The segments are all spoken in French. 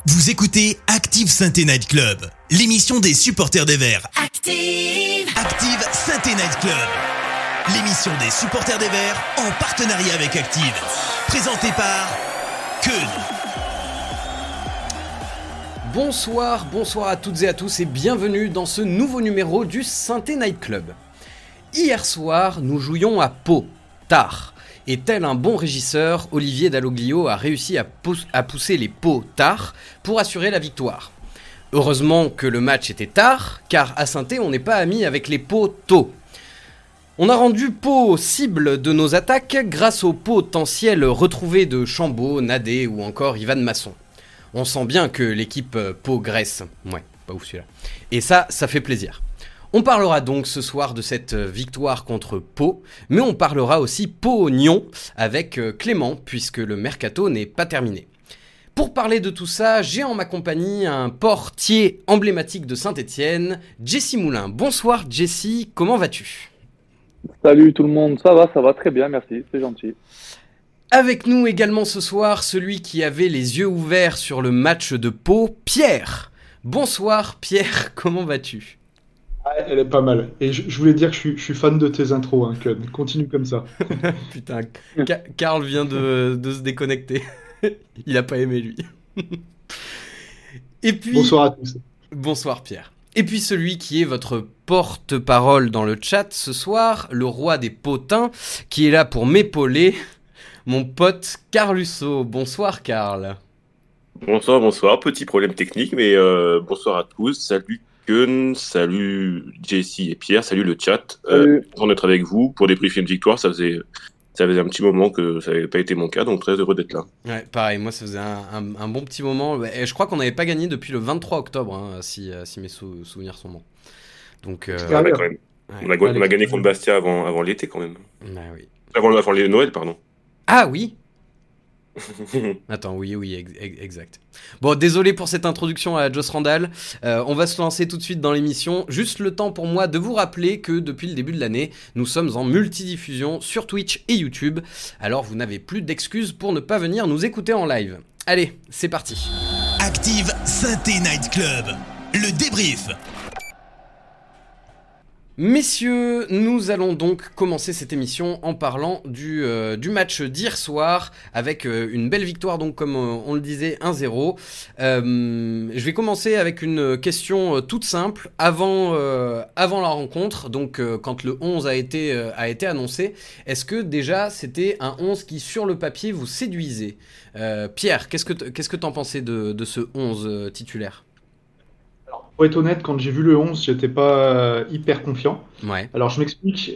Vous écoutez Active Saint-Étienne Night Club, l'émission des supporters des Verts. Active Saint-Étienne Night Club, l'émission des supporters des Verts en partenariat avec Active. Présentée par Keun. Bonsoir à toutes et à tous et bienvenue dans ce nouveau numéro du Saint-Étienne Night Club. Hier soir, nous jouions à Pau, tard. Et tel un bon régisseur, Olivier Dalloglio a réussi à pousser les Pau tard pour assurer la victoire. Heureusement que le match était tard, car à Saint-Étienne, on n'est pas amis avec les Pau tôt. On a rendu Pau cible de nos attaques grâce au potentiel retrouvé de Chambaud, Nadé ou encore Ivan Masson. On sent bien que l'équipe Pau-Grèce, ouais, pas ouf celui-là. Et ça fait plaisir. On parlera donc ce soir de cette victoire contre Pau, mais on parlera aussi Pau-Nyon avec Clément, puisque le mercato n'est pas terminé. Pour parler de tout ça, j'ai en ma compagnie un portier emblématique de Saint-Étienne, Jesse Moulin. Bonsoir Jesse, comment vas-tu ? Salut tout le monde, ça va très bien, merci, c'est gentil. Avec nous également ce soir, celui qui avait les yeux ouverts sur le match de Pau, Pierre. Bonsoir Pierre, comment vas-tu ? Ah, elle est pas mal. Et je voulais dire que je suis fan de tes intros, hein, Keun. Continue comme ça. Putain, Karl vient de se déconnecter. Il a pas aimé lui. Et puis... Bonsoir à tous. Bonsoir Pierre. Et puis celui qui est votre porte-parole dans le chat ce soir, le roi des potins, qui est là pour m'épauler, mon pote Karl Husso. Bonsoir Karl. Bonsoir. Petit problème technique, mais bonsoir à tous. Salut Keun, salut Jesse et Pierre, salut le chat. Content d'être avec vous pour débriefer une victoire. Ça faisait un petit moment que ça n'avait pas été mon cas, donc très heureux d'être là. Ouais, pareil, moi ça faisait un bon petit moment. Et je crois qu'on n'avait pas gagné depuis le 23 octobre, hein, si mes souvenirs sont bons. Donc, quand même. Ouais. On a gagné contre Bastia avant l'été quand même. Ah, oui. Avant les Noël, pardon. Ah oui. Attends, oui, exact. Bon, désolé pour cette introduction à Joss Randall. On va se lancer tout de suite dans l'émission. Juste le temps pour moi de vous rappeler que depuis le début de l'année, nous sommes en multidiffusion sur Twitch et YouTube. Alors vous n'avez plus d'excuses pour ne pas venir nous écouter en live. Allez, c'est parti. Active Saint-Étienne Night Club, le débrief. Messieurs, nous allons donc commencer cette émission en parlant du match d'hier soir avec une belle victoire, donc comme on le disait, 1-0. Je vais commencer avec une question toute simple. Avant la rencontre, donc quand le 11 a été annoncé, est-ce que déjà c'était un 11 qui sur le papier vous séduisait ? Pierre, qu'est-ce que t'en pensais de ce 11 titulaire ? Pour être honnête, quand j'ai vu le 11, j'étais pas hyper confiant. Ouais. Alors je m'explique.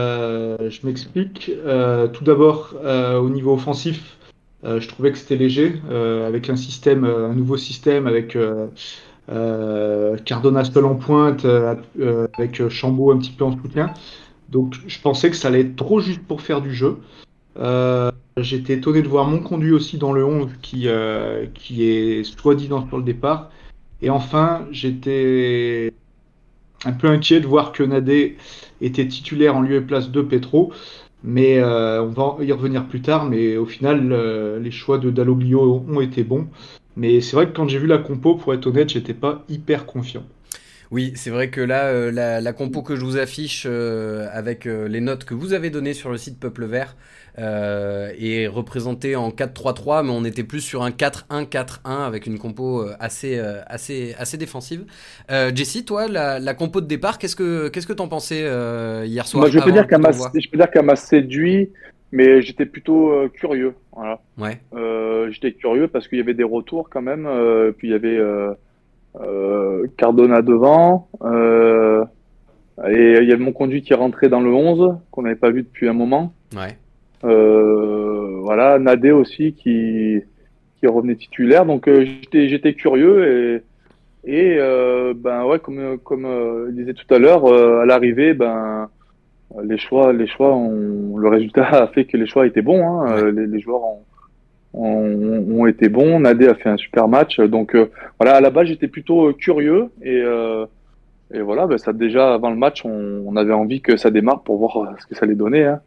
Tout d'abord, au niveau offensif, je trouvais que c'était léger, avec un nouveau système, avec Cardona seul en pointe, avec Chambaud un petit peu en soutien. Donc je pensais que ça allait être trop juste pour faire du jeu. J'étais étonné de voir Monconduit aussi dans le 11 qui est soi-disant sur le départ. Et enfin, j'étais un peu inquiet de voir que Nadé était titulaire en lieu et place de Petro. Mais on va y revenir plus tard. Mais au final, les choix de Dalloglio ont été bons. Mais c'est vrai que quand j'ai vu la compo, pour être honnête, j'étais pas hyper confiant. Oui, c'est vrai que là, la compo que je vous affiche avec les notes que vous avez données sur le site Peuple Vert est représentée en 4-3-3, mais on était plus sur un 4-1-4-1 avec une compo assez défensive. Jesse, toi, la compo de départ, qu'est-ce que t'en pensais hier soir ? Moi, je peux dire qu'elle m'a séduit, mais j'étais plutôt curieux. Voilà. Ouais. J'étais curieux parce qu'il y avait des retours quand même, puis il y avait Cardona devant, et il y avait Monconduit qui rentrait dans le 11 qu'on n'avait pas vu depuis un moment. Ouais. Voilà, Nadé aussi qui revenait titulaire, donc j'étais curieux et ben ouais, comme il disait tout à l'heure, à l'arrivée, ben le résultat a fait que les choix étaient bons, hein. Ouais. Les joueurs ont été bons. Nadé a fait un super match. Donc voilà, à la base j'étais plutôt curieux et voilà, ben, ça déjà avant le match, on avait envie que ça démarre pour voir ce que ça allait donner, hein.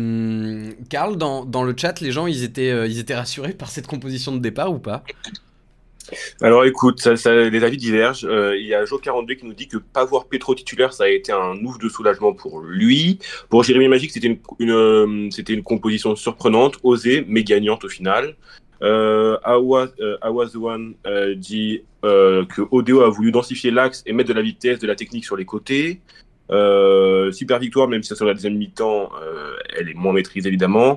Karl, dans le chat, les gens ils étaient rassurés par cette composition de départ ou pas ? Alors écoute, les avis divergent. Il y a Jo42 qui nous dit que pas voir Petro titulaire, ça a été un ouf de soulagement pour lui. Pour Jérémy Magique, c'était une composition surprenante, osée, mais gagnante au final. Awa The One dit que Odeo a voulu densifier l'axe et mettre de la vitesse, de la technique sur les côtés. Super victoire, même si ça sur la deuxième mi-temps, elle est moins maîtrisée évidemment.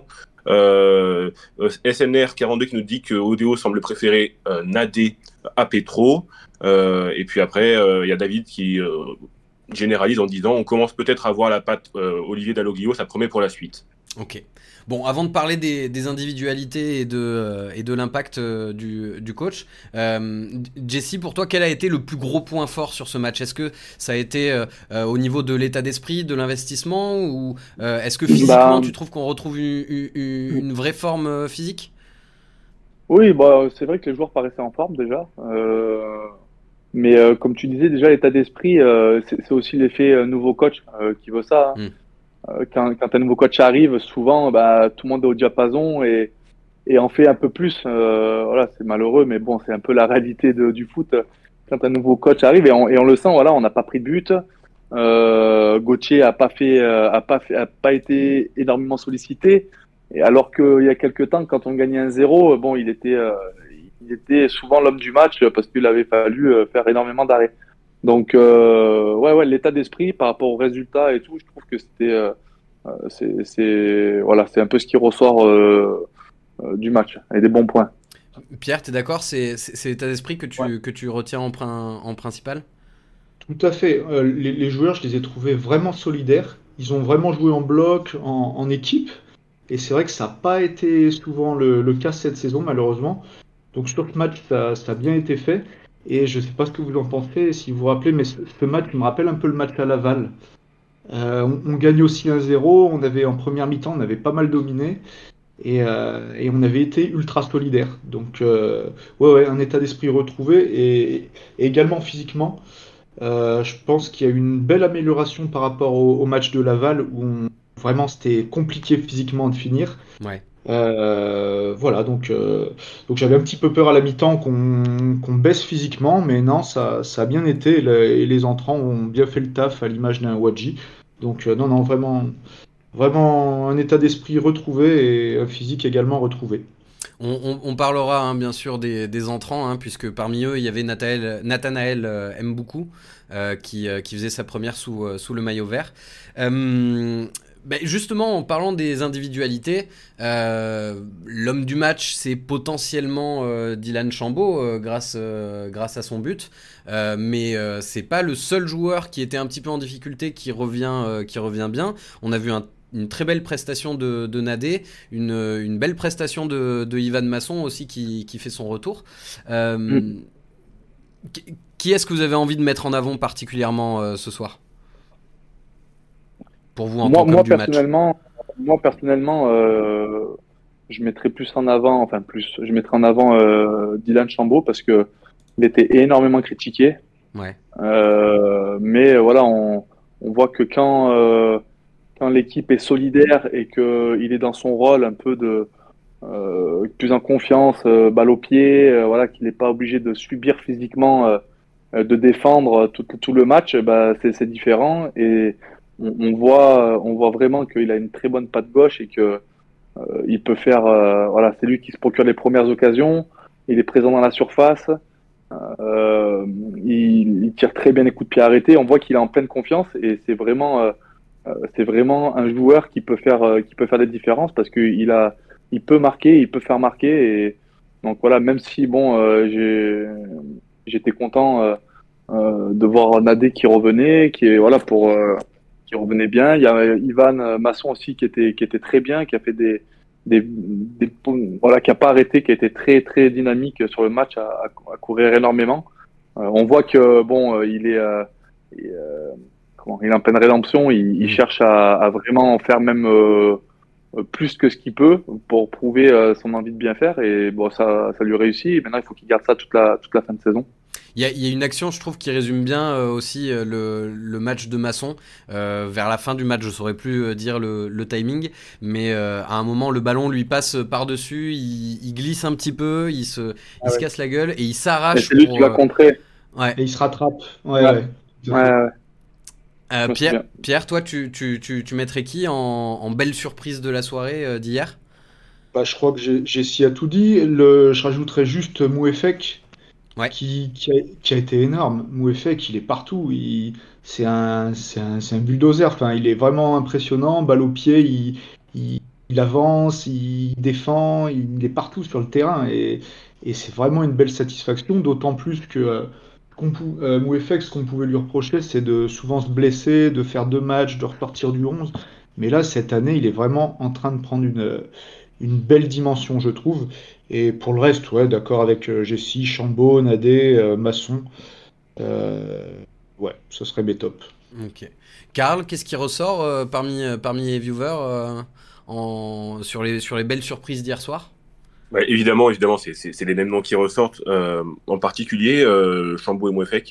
SNR 42 qui nous dit que Odeo semble préférer Nadé à Petro. Et puis après, il y a David qui généralise en disant on commence peut-être à voir la patte Olivier Dalloglio, ça promet pour la suite. Ok. Bon, avant de parler des individualités et de l'impact du coach, Jesse, pour toi, quel a été le plus gros point fort sur ce match ? Est-ce que ça a été au niveau de l'état d'esprit, de l'investissement, ou est-ce que physiquement, tu trouves qu'on retrouve une vraie forme physique ? Oui, c'est vrai que les joueurs paraissaient en forme déjà. Mais comme tu disais, déjà, l'état d'esprit, c'est aussi l'effet nouveau coach qui veut ça. Hein. Quand un nouveau coach arrive, souvent, tout le monde est au diapason et en fait un peu plus. Voilà, c'est malheureux, mais bon, c'est un peu la réalité du foot. Quand un nouveau coach arrive et on le sent, voilà, on n'a pas pris de but. Gauthier a pas été énormément sollicité. Et alors qu'il y a quelques temps, quand on gagnait 1-0, bon, il était souvent l'homme du match parce qu'il avait fallu faire énormément d'arrêts. Donc, ouais, l'état d'esprit par rapport aux résultats et tout, je trouve que c'est un peu ce qui ressort du match et des bons points. Pierre, t'es d'accord ? C'est l'état d'esprit que tu retiens en principal ? Tout à fait. Les joueurs, je les ai trouvés vraiment solidaires. Ils ont vraiment joué en bloc, en équipe. Et c'est vrai que ça n'a pas été souvent le cas cette saison, malheureusement. Donc sur ce match, ça a bien été fait. Et je ne sais pas ce que vous en pensez, si vous vous rappelez, mais ce match me rappelle un peu le match à Laval. On gagne aussi 1-0. En première mi-temps, on avait pas mal dominé. Et on avait été ultra solidaires. Donc, ouais, un état d'esprit retrouvé. Et également physiquement, je pense qu'il y a eu une belle amélioration par rapport au match de Laval, où vraiment c'était compliqué physiquement de finir. Ouais. Voilà, donc j'avais un petit peu peur à la mi-temps qu'on baisse physiquement, mais non, ça a bien été, et les entrants ont bien fait le taf à l'image d'un Wadji. Donc non, vraiment un état d'esprit retrouvé et un physique également retrouvé. On parlera bien sûr des entrants, puisque parmi eux il y avait Nathanaël Mboukou qui faisait sa première sous le maillot vert. Justement, en parlant des individualités, l'homme du match, c'est potentiellement Dylan Chambaud grâce à son but, mais c'est pas le seul joueur qui était un petit peu en difficulté qui revient bien. On a vu une très belle prestation de Nadé, une belle prestation de Ivan Masson aussi qui fait son retour. Qui est-ce que vous avez envie de mettre en avant particulièrement ce soir ? Pour vous, Moi personnellement, je mettrais je mettrais en avant Dylan Chambaud parce que il était énormément critiqué. Ouais. Mais voilà, on voit que quand l'équipe est solidaire et que il est dans son rôle un peu de plus en confiance, balle au pied, voilà, qu'il n'est pas obligé de subir physiquement, de défendre tout le match, c'est différent et on voit vraiment qu'il a une très bonne patte gauche et que il peut faire, voilà, c'est lui qui se procure les premières occasions. Il est présent dans la surface. Il tire très bien les coups de pied arrêtés. On voit qu'il est en pleine confiance et c'est vraiment un joueur qui peut faire des différences parce il peut marquer, il peut faire marquer et donc voilà, même si bon, j'étais content de voir Nadé qui revenait, qui revenait bien. Il y a Ivan Masson aussi qui était très bien, qui a fait voilà, qui a pas arrêté, qui a été très très dynamique sur le match, à courir énormément. On voit que bon, il est en pleine rédemption. Il cherche à vraiment en faire même plus que ce qu'il peut pour prouver son envie de bien faire et bon, ça lui réussit. Et maintenant, il faut qu'il garde ça toute la fin de saison. Il y a une action, je trouve, qui résume bien aussi le match de Masson. Vers la fin du match, je saurais plus dire le timing, mais à un moment, le ballon lui passe par-dessus, il glisse un petit peu, il se casse la gueule et il s'arrache. C'est lui qui l'a contré. Ouais. Et il se rattrape. Ouais. Pierre, toi, tu mettrais qui en belle surprise de la soirée d'hier? Bah, je crois que Jessie a tout dit. Je rajouterais juste Mouefek, Ouais. qui a été énorme. Mouefek, il est partout. C'est un bulldozer. Enfin, il est vraiment impressionnant. Balle au pied, il avance, il défend, il est partout sur le terrain. Et c'est vraiment une belle satisfaction, d'autant plus que Mouefek, ce qu'on pouvait lui reprocher, c'est de souvent se blesser, de faire 2 matchs, de ressortir du 11. Mais là, cette année, il est vraiment en train de prendre une belle dimension, je trouve. Et pour le reste, ouais, d'accord avec Jessie, Chambaud, Nadé, Masson. Ouais, ce serait mes tops. Ok. Karl, qu'est-ce qui ressort parmi les viewers sur les belles surprises d'hier soir? Ouais, évidemment, c'est les mêmes noms qui ressortent. En particulier, Chambaud et Mouefek.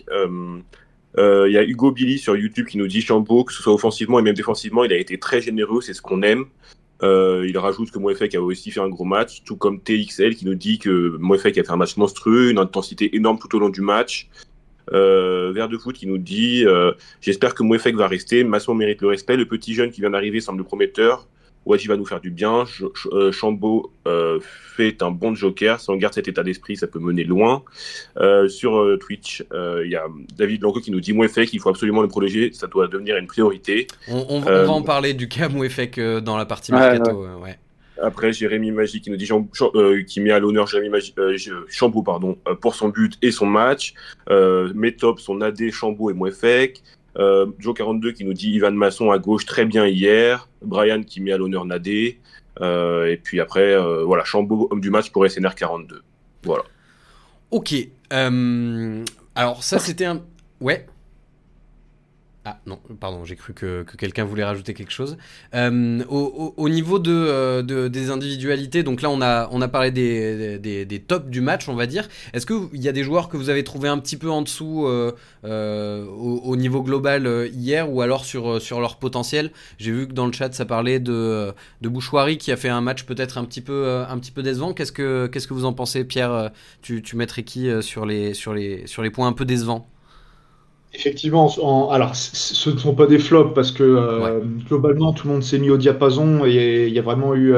Il y a Hugo Billy sur YouTube qui nous dit Chambaud, que ce soit offensivement et même défensivement, il a été très généreux, c'est ce qu'on aime. Il rajoute que Mouefek a aussi fait un gros match, tout comme TXL qui nous dit que Mouefek a fait un match monstrueux, une intensité énorme tout au long du match. Vert de foot qui nous dit j'espère que Mouefek va rester, Masson mérite le respect, le petit jeune qui vient d'arriver semble prometteur, Wadji va nous faire du bien, Chambaud fait un bon joker, si on garde cet état d'esprit ça peut mener loin. Sur Twitch il y a David Blanco qui nous dit Mouefek il faut absolument le protéger, ça doit devenir une priorité. On va en parler du cas Mouefek dans la partie mercato. Ouais. Après, Jérémy Magie qui nous dit qui met à l'honneur Chambaud pour son but et son match. Mes tops sont Nadé, Chambaud et Mouefek. Joe42 qui nous dit Ivan Masson à gauche très bien hier. Brian qui met à l'honneur Nadé. Et puis après, voilà, Chambaud, homme du match pour SNR 42. Voilà. Ok. Alors ça c'était un... Ouais. Ah non, pardon, j'ai cru que quelqu'un voulait rajouter quelque chose. Au niveau des individualités, donc là on a parlé des tops du match, on va dire. Est-ce qu'il y a des joueurs que vous avez trouvé un petit peu en dessous au niveau global hier, ou alors sur leur potentiel? J'ai vu que dans le chat ça parlait de Bouchouari qui a fait un match peut-être un petit peu décevant. Qu'est-ce que vous en pensez, Pierre? Tu mettrais qui sur les points un peu décevants? Effectivement, alors ce ne sont pas des flops parce que globalement tout le monde s'est mis au diapason et il y a vraiment eu.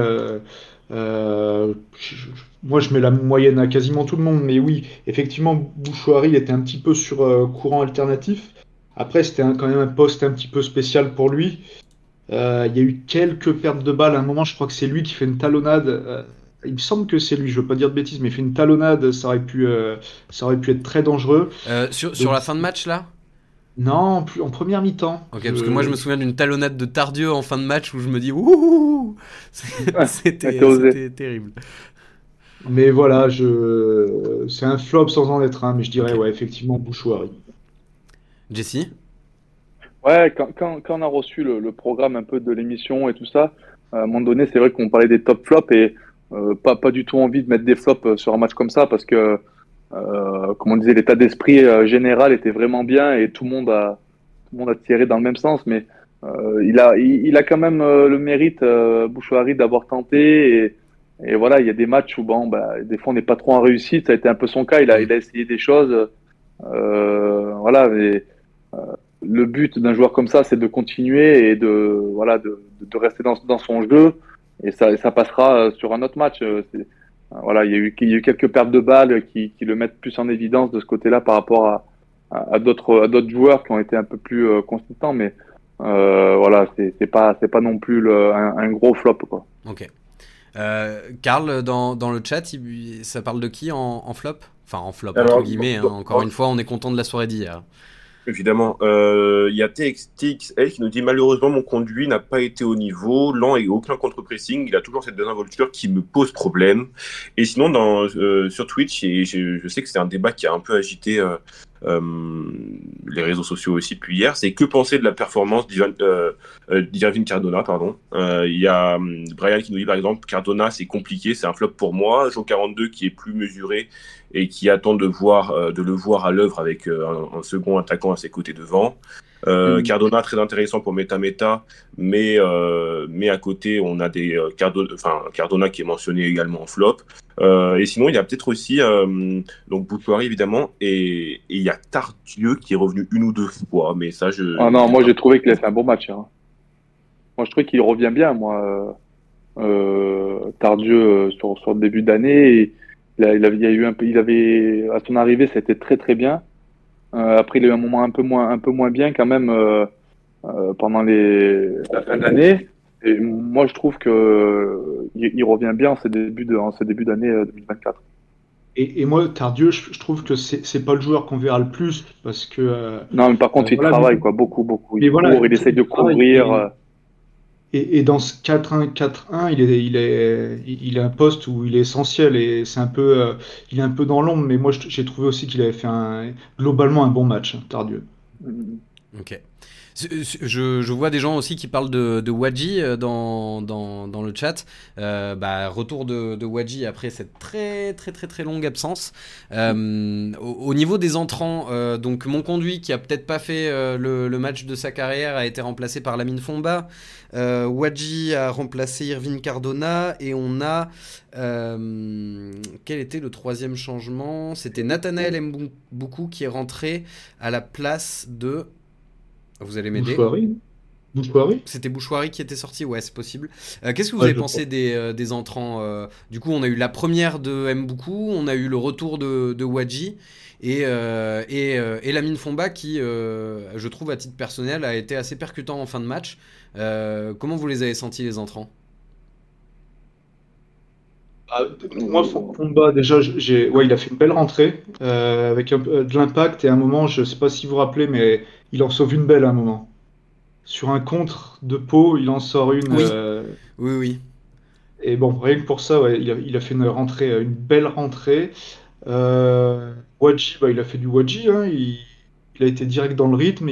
Moi je mets la moyenne à quasiment tout le monde, mais oui, effectivement, Bouchouari était un petit peu sur courant alternatif. Après, c'était quand même un poste un petit peu spécial pour lui. Il y a eu quelques pertes de balles. À un moment, je crois que c'est lui qui fait une talonnade. Il me semble que c'est lui, je veux pas dire de bêtises, mais il fait une talonnade, ça aurait pu être très dangereux. Sur la fin de match là? Non, en première mi-temps. Ok, parce que moi je me souviens d'une talonnade de Tardieu en fin de match où je me dis ouh, c'était terrible. Mais voilà, c'est un flop sans en être un, mais je dirais ouais, effectivement Bouchouari. Jessie? Ouais, quand on a reçu le programme un peu de l'émission et tout ça, à un moment donné, c'est vrai qu'on parlait des top flops et pas du tout envie de mettre des flops sur un match comme ça parce que comme on disait, l'état d'esprit général était vraiment bien et tout le monde a tiré dans le même sens, mais il a quand même le mérite, Bouchouari, d'avoir tenté et voilà, il y a des matchs où des fois on n'est pas trop en réussite, ça a été un peu son cas, il a essayé des choses, voilà, mais le but d'un joueur comme ça, c'est de continuer et de rester dans son jeu et ça passera sur un autre match. Voilà, il y a eu quelques pertes de balles qui le mettent plus en évidence de ce côté-là par rapport à d'autres joueurs qui ont été un peu plus consistants, mais voilà, c'est pas non plus un gros flop, quoi. Ok. Karl, dans le chat, ça parle de qui en flop? Enfin, en flop, entre guillemets. Encore une fois, on est content de la soirée d'hier. Évidemment. Il y a TXL qui nous dit malheureusement mon conduit n'a pas été au niveau, lent et aucun contre-pressing. Il a toujours cette désinvolture qui me pose problème. Et sinon, sur Twitch, et je sais que c'est un débat qui a un peu agité les réseaux sociaux aussi depuis hier, c'est que penser de la performance d'Irvine Cardona, pardon. Il y a Brian qui nous dit par exemple Cardona c'est compliqué, c'est un flop pour moi. Joe 42 qui est plus mesuré et qui attend de le voir à l'œuvre avec un second attaquant à ses côtés devant. Cardona très intéressant pour méta, mais à côté on a Cardona qui est mentionné également en flop. Et sinon il y a peut-être aussi donc Bouchouari évidemment et il y a Tardieu qui est revenu une ou deux fois, mais ça moi j'ai trouvé qu'il a fait un bon match. Hein. Moi je trouvais qu'il revient bien, moi. Tardieu sur le début d'année, il avait à son arrivée c'était très très bien. Après il a eu un moment un peu moins bien quand même pendant la fin d'année. Et moi je trouve que il revient bien en ces débuts d'année 2024. Et moi, Tardieu, je trouve que c'est pas le joueur qu'on verra le plus parce que. Non, mais par contre, il travaille quoi, beaucoup. Il court, il essaye de couvrir. Et dans ce 4-1-4-1, il est un poste où il est essentiel et c'est un peu, il est un peu dans l'ombre. Mais moi, j'ai trouvé aussi qu'il avait fait globalement un bon match, Tardieu. Ok. Je vois des gens aussi qui parlent de Wadji dans le chat. Retour de Wadji après cette très très très très longue absence. Au niveau des entrants, donc mon conduit qui a peut-être pas fait le match de sa carrière a été remplacé par Lamine Fomba. Wadji a remplacé Irvine Cardona et on a quel était le troisième changement? C'était Nathanaël Mboukou qui est rentré à la place de... Vous allez m'aider. Bouchouari. C'était Bouchouari qui était sorti, ouais, c'est possible. Qu'est-ce que vous avez pensé des entrants Du coup, on a eu la première de Mboukou, on a eu le retour de Wadji et Lamine Fomba qui, je trouve à titre personnel, a été assez percutant en fin de match. Comment vous les avez sentis les entrants? Moi, Fomba, déjà, il a fait une belle rentrée avec de l'impact et à un moment, je sais pas si vous vous rappelez, mais il en sauve une belle à un moment. Sur un contre de Pau, il en sort une. Oui. Oui. Et bon, rien que pour ça, ouais, il a fait une belle rentrée. Wadji, il a fait du Wadji, hein, il a été direct dans le rythme.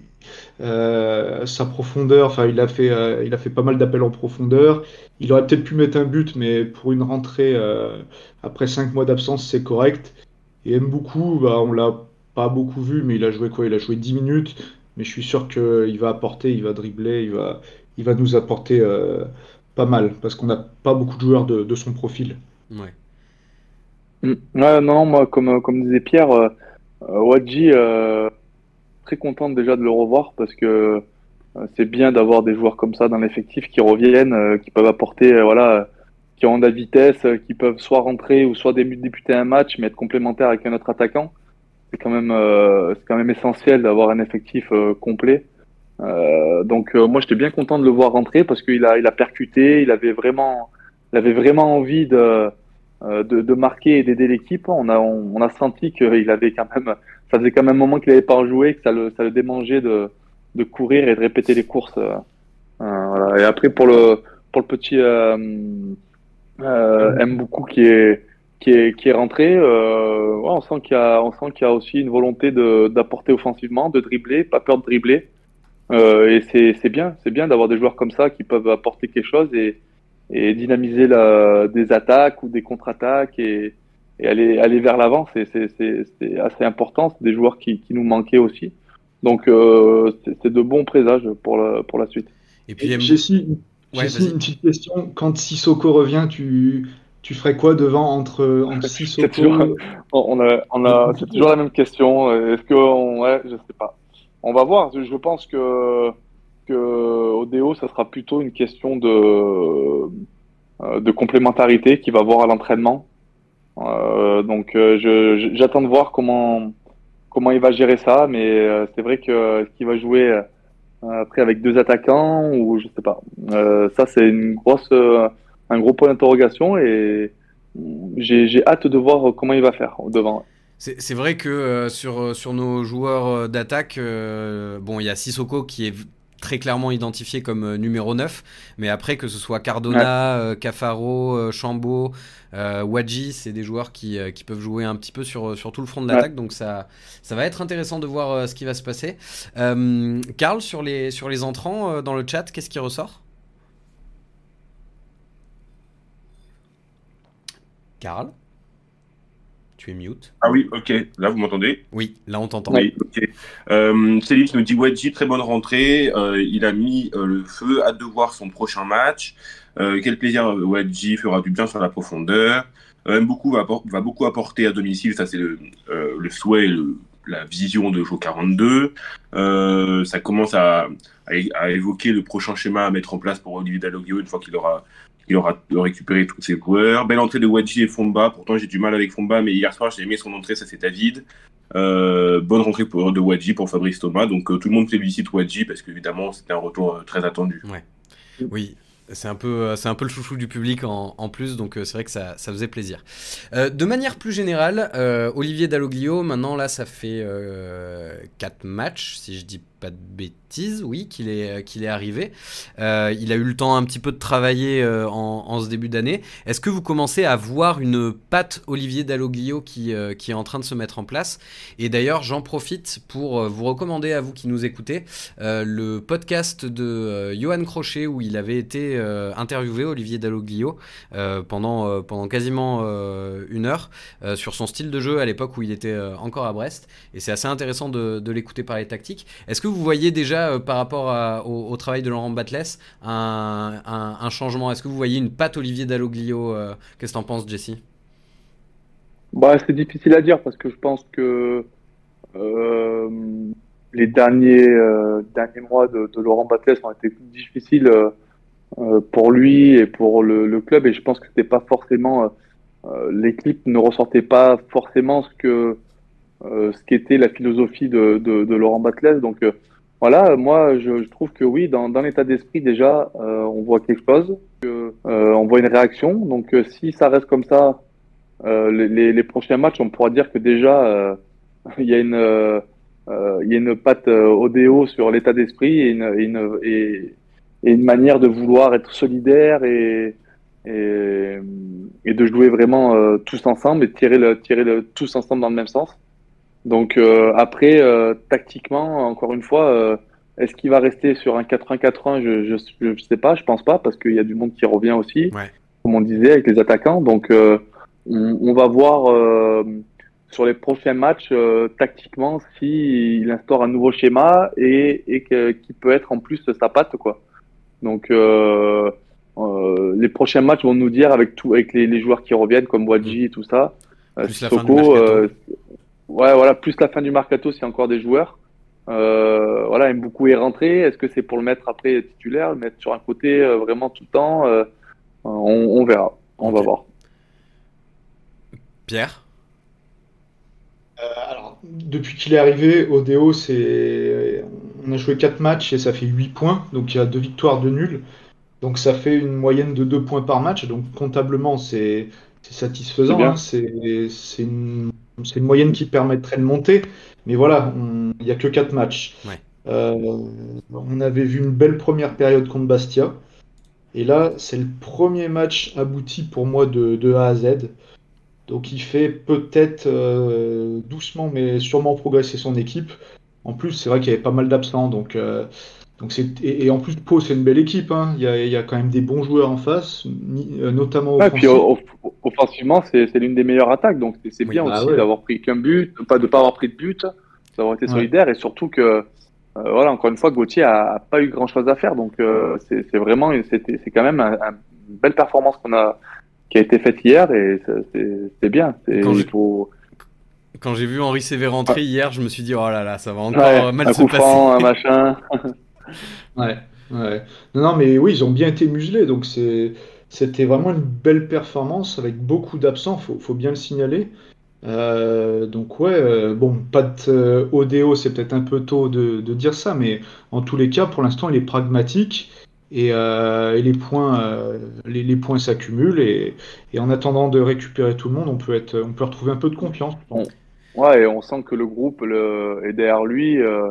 Sa profondeur, enfin, il a fait pas mal d'appels en profondeur. Il aurait peut-être pu mettre un but, mais pour une rentrée après 5 mois d'absence, c'est correct. Et Mboukou, on l'a pas beaucoup vu, mais il a joué quoi? Il a joué 10 minutes. Mais je suis sûr qu'il va apporter, il va dribbler, il va nous apporter pas mal, parce qu'on n'a pas beaucoup de joueurs de son profil. Ouais. Ouais, non, moi, comme disait Pierre, Wadji, très contente déjà de le revoir parce que c'est bien d'avoir des joueurs comme ça dans l'effectif qui reviennent, qui peuvent apporter, qui ont de la vitesse, qui peuvent soit rentrer ou soit débuter un match, mais être complémentaires avec un autre attaquant. C'est quand même essentiel d'avoir un effectif complet. Donc moi j'étais bien content de le voir rentrer parce qu'il a percuté, il avait vraiment envie de marquer et d'aider l'équipe. On a senti qu'il avait quand même, ça faisait quand même un moment qu'il n'avait pas joué, que ça le démangeait de courir et de répéter les courses. Voilà. Et après pour le petit Mboukou qui est rentré, on sent qu'il y a aussi une volonté d'apporter offensivement, de dribbler, pas peur de dribbler. Et c'est bien d'avoir des joueurs comme ça qui peuvent apporter quelque chose et dynamiser des attaques ou des contre-attaques et aller vers l'avant. C'est assez important. C'est des joueurs qui nous manquaient aussi. Donc c'est de bons présages pour la suite. Et puis Jessie, une petite question. Quand Sissoko revient, tu ferais quoi devant entre Sissoko? C'est toujours la même question. Est-ce que je sais pas. On va voir. Je pense que Odeo, ça sera plutôt une question de complémentarité qu'il va voir à l'entraînement. Donc j'attends de voir comment il va gérer ça, mais c'est vrai que est-ce qu'il va jouer après avec deux attaquants ou je sais pas. Ça c'est un gros point d'interrogation et j'ai hâte de voir comment il va faire devant. C'est vrai que sur nos joueurs d'attaque, il y a Sissoko qui est très clairement identifié comme numéro 9, mais après que ce soit Cardona, Cafaro, Chambaud, Wadji, c'est des joueurs qui peuvent jouer un petit peu sur tout le front de l'attaque, donc ça va être intéressant de voir ce qui va se passer. Karl, sur les entrants dans le chat, qu'est-ce qui ressort? Karl, tu es mute. Ah oui, ok. Là, vous m'entendez? Oui, là, on t'entend. Oui, ok. Céline nous dit Wadji, très bonne rentrée. Il a mis le feu. Hâte de voir son prochain match. Quel plaisir, Wadji fera du bien sur la profondeur. Beaucoup va beaucoup apporter à domicile. Ça, c'est le souhait et la vision de Jo 42. Ça commence à évoquer le prochain schéma à mettre en place pour Olivier Dalloglio une fois qu'il aura récupéré tous ses joueurs. Belle entrée de Wadji et Fomba. Pourtant, j'ai du mal avec Fomba, mais hier soir, j'ai aimé son entrée. Ça, c'est David. Bonne rentrée de Wadji pour Fabrice Thomas. Donc, tout le monde félicite Wadji parce qu'évidemment, c'était un retour très attendu. Ouais. Oui. C'est un peu le chouchou du public en plus, donc c'est vrai que ça faisait plaisir. De manière plus générale, Olivier Dalloglio, maintenant là, ça fait 4 matchs, si je dis pas de bêtises, oui, qu'il est arrivé. Il a eu le temps un petit peu de travailler en ce début d'année. Est-ce que vous commencez à voir une patte Olivier Dalloglio qui est en train de se mettre en place? Et d'ailleurs, j'en profite pour vous recommander à vous qui nous écoutez le podcast de Johan Crochet où il avait été interviewé, Olivier Dalloglio, pendant quasiment 1 heure sur son style de jeu à l'époque où il était encore à Brest. Et c'est assez intéressant de l'écouter parler tactique. Est-ce que vous voyez déjà par rapport au travail de Laurent Batles un changement? Est-ce que vous voyez une patte Olivier Dalloglio? Qu'est-ce que t'en penses, Jesse? C'est difficile à dire parce que je pense que les derniers mois de Laurent Batles ont été difficiles pour lui et pour le club, et je pense que c'était pas forcément l'équipe ne ressortait pas forcément ce qu'était la philosophie de Laurent Batles. Donc voilà, moi je trouve que oui, dans l'état d'esprit déjà, on voit quelque chose, on voit une réaction. Donc si ça reste comme ça, les prochains matchs, on pourra dire que déjà il y a une patte ODO sur l'état d'esprit et une manière de vouloir être solidaire et de jouer vraiment tous ensemble et tirer tous ensemble dans le même sens. Donc après, tactiquement, encore une fois, est-ce qu'il va rester sur un 4-1-4-1? Je sais pas, je pense pas, parce qu'il y a du monde qui revient aussi, comme on disait, avec les attaquants. Donc on va voir sur les prochains matchs, tactiquement, s'il instaure un nouveau schéma et qui peut être en plus sa patte, quoi. Donc les prochains matchs vont nous dire avec les joueurs qui reviennent, comme Wadji et tout ça. Plus la fin du mercato. Plus la fin du mercato, s'il y a encore des joueurs. Mboukou est rentré. Est-ce que c'est pour le mettre après titulaire, le mettre sur un côté vraiment tout le temps? On verra. On va voir. Pierre? Alors, depuis qu'il est arrivé, ODO, on a joué 4 matchs et ça fait 8 points. Donc il y a 2 victoires, 2 nuls. Donc ça fait une moyenne de 2 points par match. Donc comptablement, c'est satisfaisant. C'est une moyenne qui permettrait de monter. Mais voilà, il n'y a que 4 matchs. Ouais. On avait vu une belle première période contre Bastia. Et là, c'est le premier match abouti pour moi de A à Z. Donc il fait peut-être doucement, mais sûrement progresser son équipe. En plus, c'est vrai qu'il y avait pas mal d'absents. Donc et en plus, Pau, c'est une belle équipe. Hein. Il y a quand même des bons joueurs en face, notamment offensivement. Et puis offensivement, c'est l'une des meilleures attaques. Donc c'est bien aussi d'avoir pris qu'un but, de pas avoir pris de but, d'avoir été solidaire. Et surtout que, encore une fois, Gauthier a pas eu grand-chose à faire. Donc c'est vraiment, c'est quand même une belle performance qui a été faite hier, et c'est bien. Quand j'ai vu Henri Sévé rentrer hier, je me suis dit, oh là là, ça va encore mal se passer. Un machin. Ouais. Non, mais oui, ils ont bien été muselés, donc c'était vraiment une belle performance avec beaucoup d'absents, faut bien le signaler. Donc pas de ODO, c'est peut-être un peu tôt de dire ça, mais en tous les cas, pour l'instant, il est pragmatique. Et les points s'accumulent, et en attendant de récupérer tout le monde, on peut retrouver un peu de confiance. Et on sent que le groupe est derrière lui.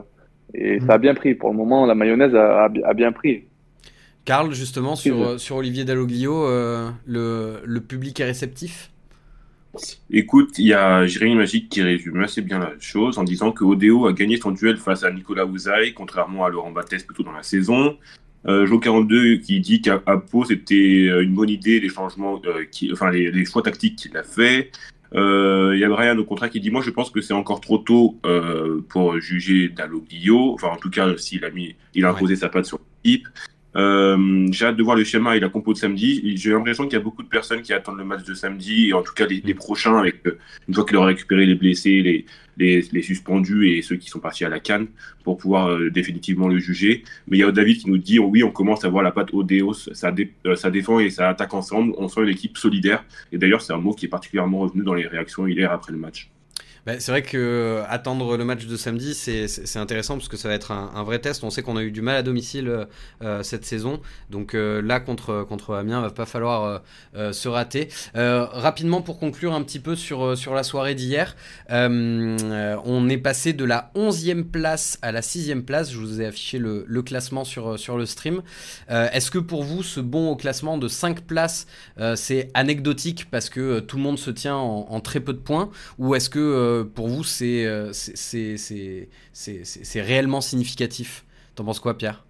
Et ça a bien pris. Pour le moment, la mayonnaise a bien pris. Karl, justement, sur Olivier Dalloglio, le public est réceptif? Écoute, il y a Jérémy Magique qui résume assez bien la chose en disant que Odeo a gagné son duel face à Nicolas Ouzaï, contrairement à Laurent Battès plus tôt dans la saison. Jo42 qui dit qu'à Pau, c'était une bonne idée, les changements, les choix tactiques qu'il a fait. Il y a Brian au contraire qui dit moi je pense que c'est encore trop tôt pour juger Dalloglio, enfin en tout cas il a imposé sa patte sur l'équipe. J'ai hâte de voir le schéma et la compo de samedi. J'ai l'impression qu'il y a beaucoup de personnes qui attendent le match de samedi et en tout cas les prochains avec une fois qu'il aura récupéré les blessés, les suspendus et ceux qui sont partis à la CAN pour pouvoir définitivement le juger. Mais il y a David qui nous dit oui, on commence à voir la patte Odeo, ça défend et ça attaque ensemble. On sent une équipe solidaire et d'ailleurs c'est un mot qui est particulièrement revenu dans les réactions hier après le match. C'est vrai que attendre le match de samedi, c'est intéressant parce que ça va être un vrai test. On sait qu'on a eu du mal à domicile cette saison, donc là contre Amiens, va pas falloir se rater. Rapidement pour conclure un petit peu sur la soirée d'hier, on est passé de la 11e place à la 6e place. Je vous ai affiché le classement sur le stream. Est-ce que pour vous ce bond au classement de 5 places c'est anecdotique parce que tout le monde se tient en très peu de points, ou est-ce que pour vous c'est réellement significatif? T'en penses quoi, Pierre?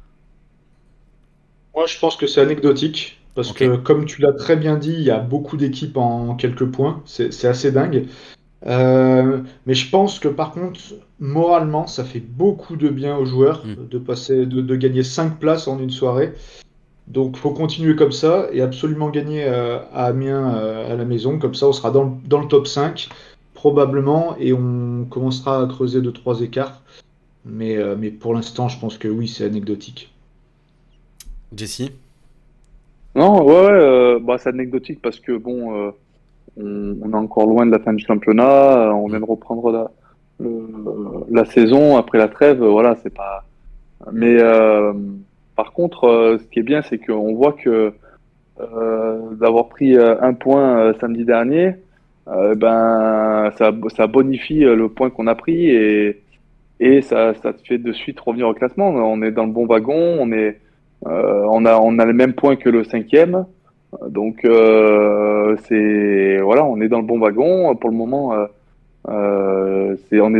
Moi, je pense que c'est anecdotique, parce que, comme tu l'as très bien dit, il y a beaucoup d'équipes en quelques points. C'est assez dingue. Mais je pense que, par contre, moralement, ça fait beaucoup de bien aux joueurs de gagner 5 places en une soirée. Donc, il faut continuer comme ça et absolument gagner à Amiens à la maison. Comme ça, on sera dans le top 5, probablement, et on commencera à creuser 2-3 écarts. Mais pour l'instant, je pense que oui, c'est anecdotique. Jesse? Non, c'est anecdotique parce que bon, on est encore loin de la fin du championnat. On vient de reprendre la saison après la trêve. Voilà, c'est pas. Mais par contre, ce qui est bien, c'est qu'on voit que d'avoir pris un point samedi dernier, ça bonifie le point qu'on a pris et ça te fait de suite revenir au classement. On est dans le bon wagon, on a les mêmes points que le 5e. Donc on est dans le bon wagon. Pour le moment, on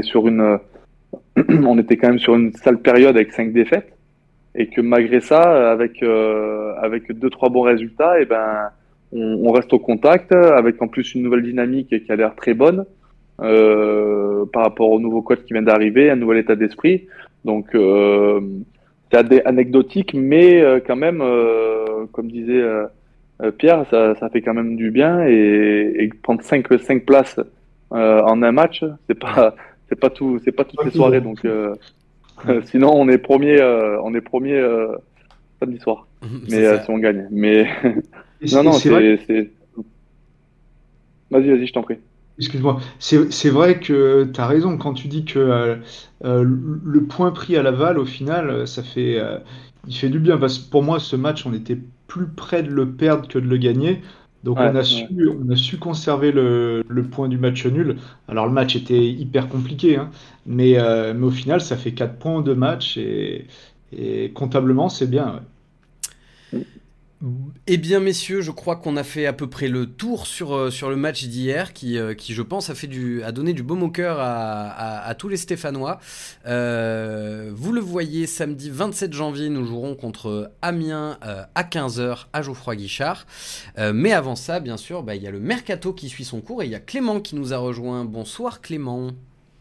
était quand même sur une sale période avec 5 défaites. Et que malgré ça, avec 2-3 bons résultats, on reste au contact, avec en plus une nouvelle dynamique qui a l'air très bonne par rapport au nouveau coach qui vient d'arriver, un nouvel état d'esprit. Donc c'est anecdotique, mais quand même, comme disait Pierre, ça fait quand même du bien et prendre 5 places en un match, c'est pas toutes les soirées. Donc sinon, on est premier samedi soir. Mais si on gagne. Mais non, c'est. Vas-y, je t'en prie. Excuse-moi. C'est vrai que tu as raison quand tu dis que le point pris à Laval, au final, il fait du bien. Parce que pour moi, ce match, on était plus près de le perdre que de le gagner. Donc on a su conserver le point du match nul. Alors le match était hyper compliqué, hein, mais au final ça fait 4 points en 2 matchs et comptablement c'est bien. Ouais. Eh bien messieurs, je crois qu'on a fait à peu près le tour sur le match d'hier qui je pense a donné du baume au cœur à tous les Stéphanois. Vous le voyez, samedi 27 janvier, nous jouerons contre Amiens à 15h à Geoffroy-Guichard. Mais avant ça, bien sûr, il y a le Mercato qui suit son cours et il y a Clément qui nous a rejoint. Bonsoir Clément.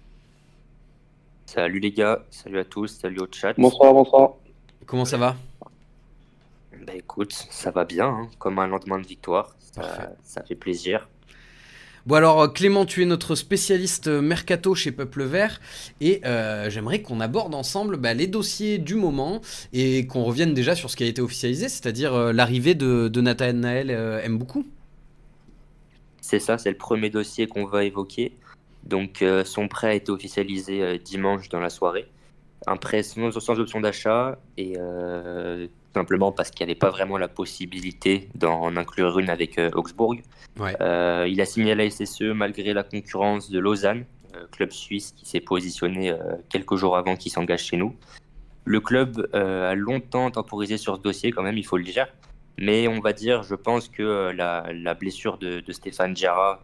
Salut les gars, salut à tous, salut au chat. Bonsoir. Comment ça va ? Écoute, ça va bien, hein, comme un lendemain de victoire, ça fait plaisir. Bon alors Clément, tu es notre spécialiste Mercato chez Peuple Vert et j'aimerais qu'on aborde ensemble les dossiers du moment et qu'on revienne déjà sur ce qui a été officialisé, c'est-à-dire l'arrivée de Nathanaël Mboukou. C'est ça, c'est le premier dossier qu'on va évoquer. Donc son prêt a été officialisé dimanche dans la soirée. Un prêt sans option d'achat et simplement parce qu'il n'y avait pas vraiment la possibilité d'en inclure une avec Augsbourg. Ouais. Il a signé à la SSE malgré la concurrence de Lausanne, club suisse qui s'est positionné quelques jours avant qu'il s'engage chez nous. Le club a longtemps temporisé sur ce dossier quand même, il faut le dire. Mais on va dire, je pense que la blessure de Stéphane Diarra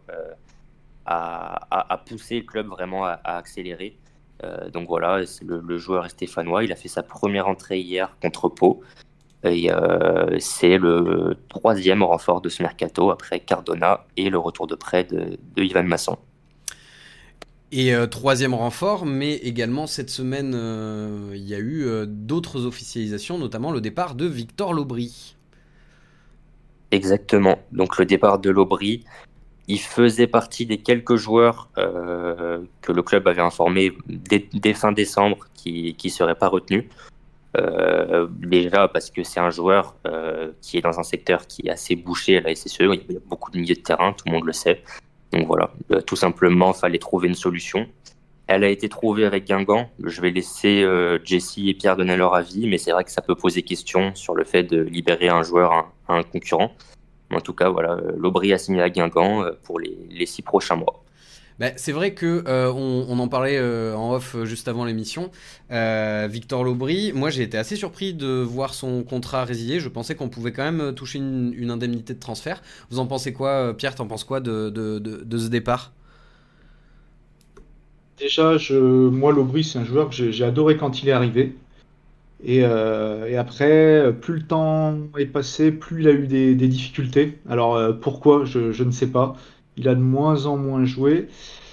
a poussé le club vraiment à accélérer. Donc voilà, le joueur est stéphanois, il a fait sa première entrée hier contre Pau. Et c'est le 3e renfort de ce mercato après Cardona et le retour de prêt de Ivan Masson. Et 3e renfort, mais également cette semaine, il y a eu d'autres officialisations, notamment le départ de Victor Lobry. Exactement, donc le départ de Lobry, il faisait partie des quelques joueurs que le club avait informé dès fin décembre qui ne seraient pas retenus. Déjà parce que c'est un joueur qui est dans un secteur qui est assez bouché à la SSE, il y a beaucoup de milieux de terrain, tout le monde le sait. Donc voilà, tout simplement, il fallait trouver une solution. Elle a été trouvée avec Guingamp. Je vais laisser Jessie et Pierre donner leur avis, mais c'est vrai que ça peut poser question sur le fait de libérer un joueur à un concurrent. En tout cas, voilà, Lobry a signé à Guingamp pour les 6 prochains mois. C'est vrai que on en parlait en off juste avant l'émission. Victor Lobry, moi j'ai été assez surpris de voir son contrat résilié. Je pensais qu'on pouvait quand même toucher une indemnité de transfert. Vous en pensez quoi, Pierre? T'en penses quoi de ce départ? Déjà, moi, Lobry, c'est un joueur que j'ai adoré quand il est arrivé. Et après, plus le temps est passé, plus il a eu des difficultés. Alors, pourquoi, je ne sais pas. Il a de moins en moins joué.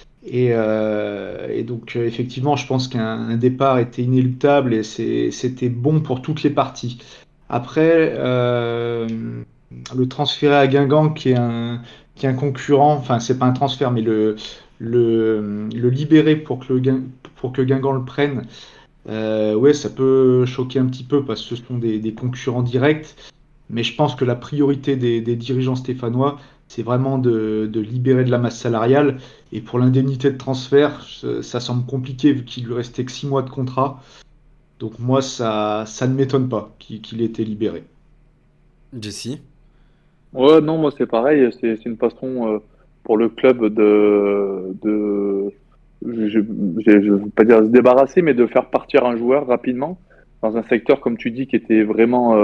Et donc, effectivement, je pense qu'un départ était inéluctable et c'était bon pour toutes les parties. Après, le transférer à Guingamp, qui est un concurrent, enfin, c'est pas un transfert, mais le libérer pour que Guingamp le prenne, ouais, ça peut choquer un petit peu parce que ce sont des concurrents directs. Mais je pense que la priorité des dirigeants stéphanois, c'est vraiment de libérer de la masse salariale. Et pour l'indemnité de transfert, ça semble compliqué vu qu'il lui restait que 6 mois de contrat. Donc moi, ça ne m'étonne pas qu'il ait été libéré. Jessie? Ouais, non, moi c'est pareil. C'est une façon pour le club je veux pas dire se débarrasser, mais de faire partir un joueur rapidement dans un secteur, comme tu dis, qui était vraiment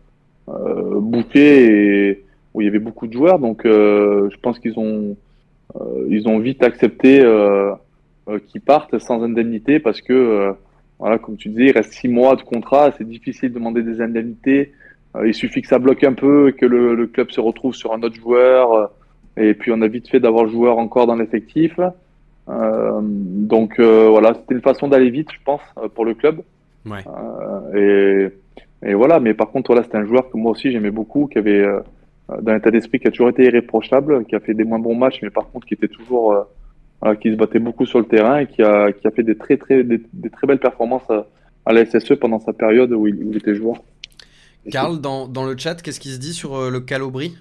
bouqué et où il y avait beaucoup de joueurs. Donc, je pense ils ont vite accepté qu'ils partent sans indemnité parce que, voilà, comme tu disais, il reste 6 mois de contrat. C'est difficile de demander des indemnités. Il suffit que ça bloque un peu, que le club se retrouve sur un autre joueur. Et puis, on a vite fait d'avoir le joueur encore dans l'effectif. Donc, voilà, c'était une façon d'aller vite, je pense, pour le club. Ouais. Et voilà, mais par contre, voilà, c'était un joueur que moi aussi j'aimais beaucoup, qui avait d'un état d'esprit qui a toujours été irréprochable, qui a fait des moins bons matchs, mais par contre qui était toujours, voilà, qui se battait beaucoup sur le terrain et qui a fait des très belles performances à la SSE pendant sa période où il était joueur. Karl, dans le chat, qu'est-ce qui se dit sur le cas Lobry?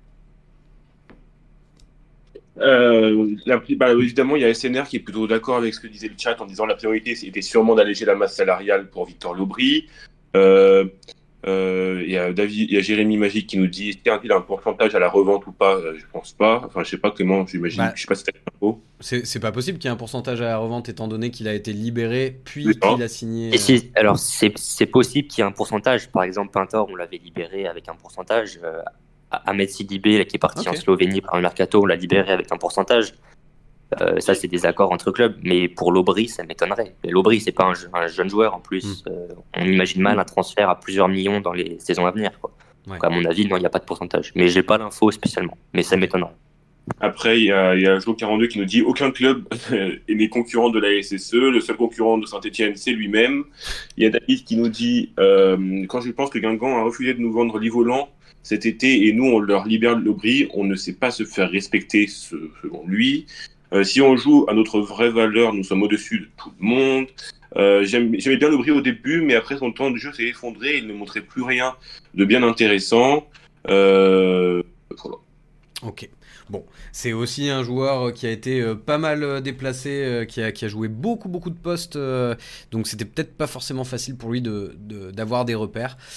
Évidemment, il y a SNR qui est plutôt d'accord avec ce que disait le chat en disant la priorité était sûrement d'alléger la masse salariale pour Victor Lobry. Il y a Jérémy Magique qui nous dit est-il un pourcentage à la revente ou pas? Je pense pas. Enfin, je sais pas comment. J'imagine. Je sais pas si t'as l'info. C'est pas possible qu'il y ait un pourcentage à la revente étant donné qu'il a été libéré puis qu'il a signé. Et si, alors c'est possible qu'il y ait un pourcentage. Par exemple, Pintor, on l'avait libéré avec un pourcentage. Ahmed Sidibé, qui est parti en Slovénie par le mercato, on l'a libéré avec un pourcentage. Ça, c'est des accords entre clubs, mais pour Lobry, ça m'étonnerait. Lobry, c'est pas un jeune joueur en plus. On imagine mal un transfert à plusieurs millions dans les saisons à venir, quoi. Ouais. Donc, à mon avis, non, il n'y a pas de pourcentage. Mais j'ai pas l'info spécialement, mais ça m'étonnerait. Après, il y a Jo42 qui nous dit aucun club est mes concurrents de la SSE. Le seul concurrent de Saint-Etienne, c'est lui-même. Il y a David qui nous dit quand je pense que Guingamp a refusé de nous vendre Livolan cet été et nous on leur libère Lobry, on ne sait pas se faire respecter selon lui. Si on joue à notre vraie valeur, nous sommes au-dessus de tout le monde. J'aimais bien Lobry au début, mais après son temps de jeu s'est effondré, il ne montrait plus rien de bien intéressant. Voilà. Ok. Bon, c'est aussi un joueur qui a été pas mal déplacé, qui a joué beaucoup de postes, donc c'était peut-être pas forcément facile pour lui d'avoir des repères.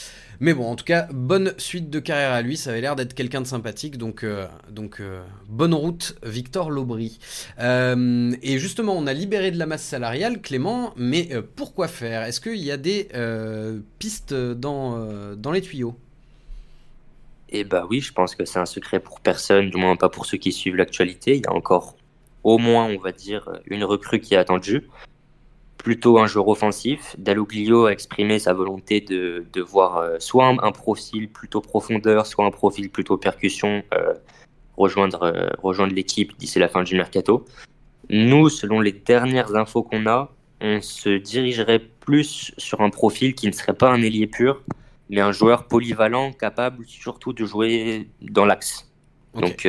Mais bon, en tout cas, bonne suite de carrière à lui. Ça avait l'air d'être quelqu'un de sympathique. Donc, bonne route, Victor Lobry. Et justement, on a libéré de la masse salariale, Clément. Mais pourquoi faire ? Est-ce qu'il y a des pistes dans les tuyaux ? Et bah oui, je pense que c'est un secret pour personne, du moins pas pour ceux qui suivent l'actualité. Il y a encore au moins, on va dire, une recrue qui est attendue. Plutôt un joueur offensif. Dalloglio a exprimé sa volonté de voir soit un profil plutôt profondeur, soit un profil plutôt percussion rejoindre l'équipe d'ici la fin du mercato. Nous, selon les dernières infos qu'on a, on se dirigerait plus sur un profil qui ne serait pas un ailier pur, mais un joueur polyvalent capable surtout de jouer dans l'axe. Okay. Donc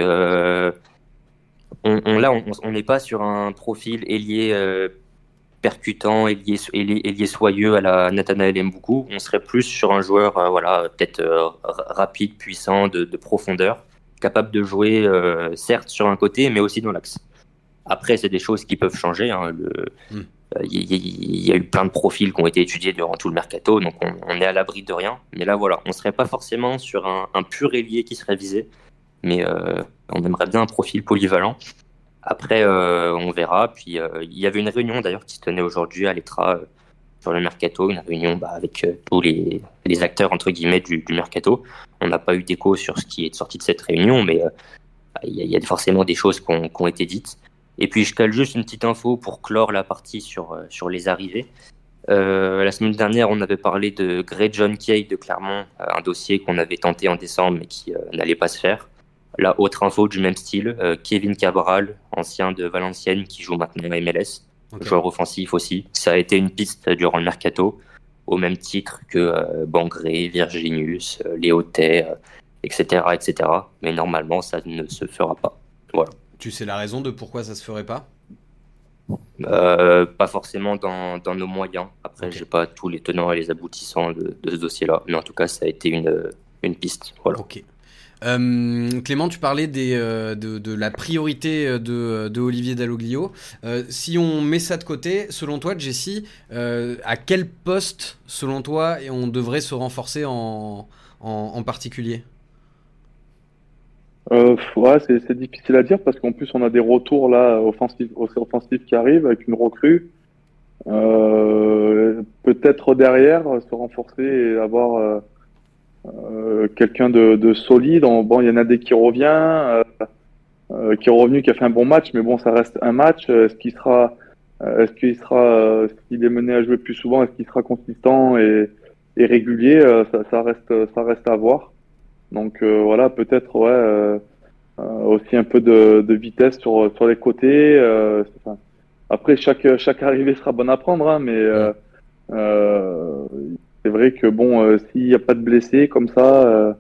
on n'est pas sur un profil ailier percutant, ailier soyeux à la Nathanaël Mboukou. On serait plus sur un joueur peut-être rapide, puissant, de profondeur, capable de jouer certes sur un côté, mais aussi dans l'axe. Après, c'est des choses qui peuvent changer. Il y a eu plein de profils qui ont été étudiés durant tout le mercato, donc on est à l'abri de rien. Mais là, voilà, on ne serait pas forcément sur un pur ailier qui serait visé, mais on aimerait bien un profil polyvalent. Après, on verra. Puis, il y avait une réunion d'ailleurs qui se tenait aujourd'hui à l'ETRA sur le mercato, une réunion avec tous les acteurs entre guillemets du mercato. On n'a pas eu d'écho sur ce qui est sorti de cette réunion, mais il y a forcément des choses qui ont été dites. Et puis, je cale juste une petite info pour clore la partie sur les arrivées. La semaine dernière, on avait parlé de Gray John Kay de Clermont, un dossier qu'on avait tenté en décembre mais qui n'allait pas se faire. Là, autre info du même style, Kevin Cabral, ancien de Valenciennes, qui joue maintenant à MLS, joueur offensif aussi. Ça a été une piste durant le mercato, au même titre que Bangré, Virginius, Léotet, etc., etc. Mais normalement, ça ne se fera pas. Voilà. Tu sais la raison de pourquoi ça se ferait pas ? Pas forcément dans nos moyens. Après, j'ai pas tous les tenants et les aboutissants de ce dossier-là, mais en tout cas, ça a été une piste. Voilà. Ok. Clément, tu parlais de la priorité de Olivier Dalloglio. Si on met ça de côté, selon toi, Jessie, à quel poste, selon toi, on devrait se renforcer en particulier ? C'est difficile à dire parce qu'en plus on a des retours là offensifs qui arrivent avec une recrue. Peut-être derrière se renforcer et avoir quelqu'un de solide. Bon, il y en a des qui revient, qui est revenu, qui a fait un bon match, mais bon, ça reste un match. Est-ce qu'il est mené à jouer plus souvent? Est-ce qu'il sera consistant et régulier? Ça reste à voir. Donc voilà, peut-être aussi un peu de vitesse sur les côtés. Après, chaque arrivée sera bonne à prendre, hein, mais c'est vrai que bon, s'il n'y a pas de blessés comme ça,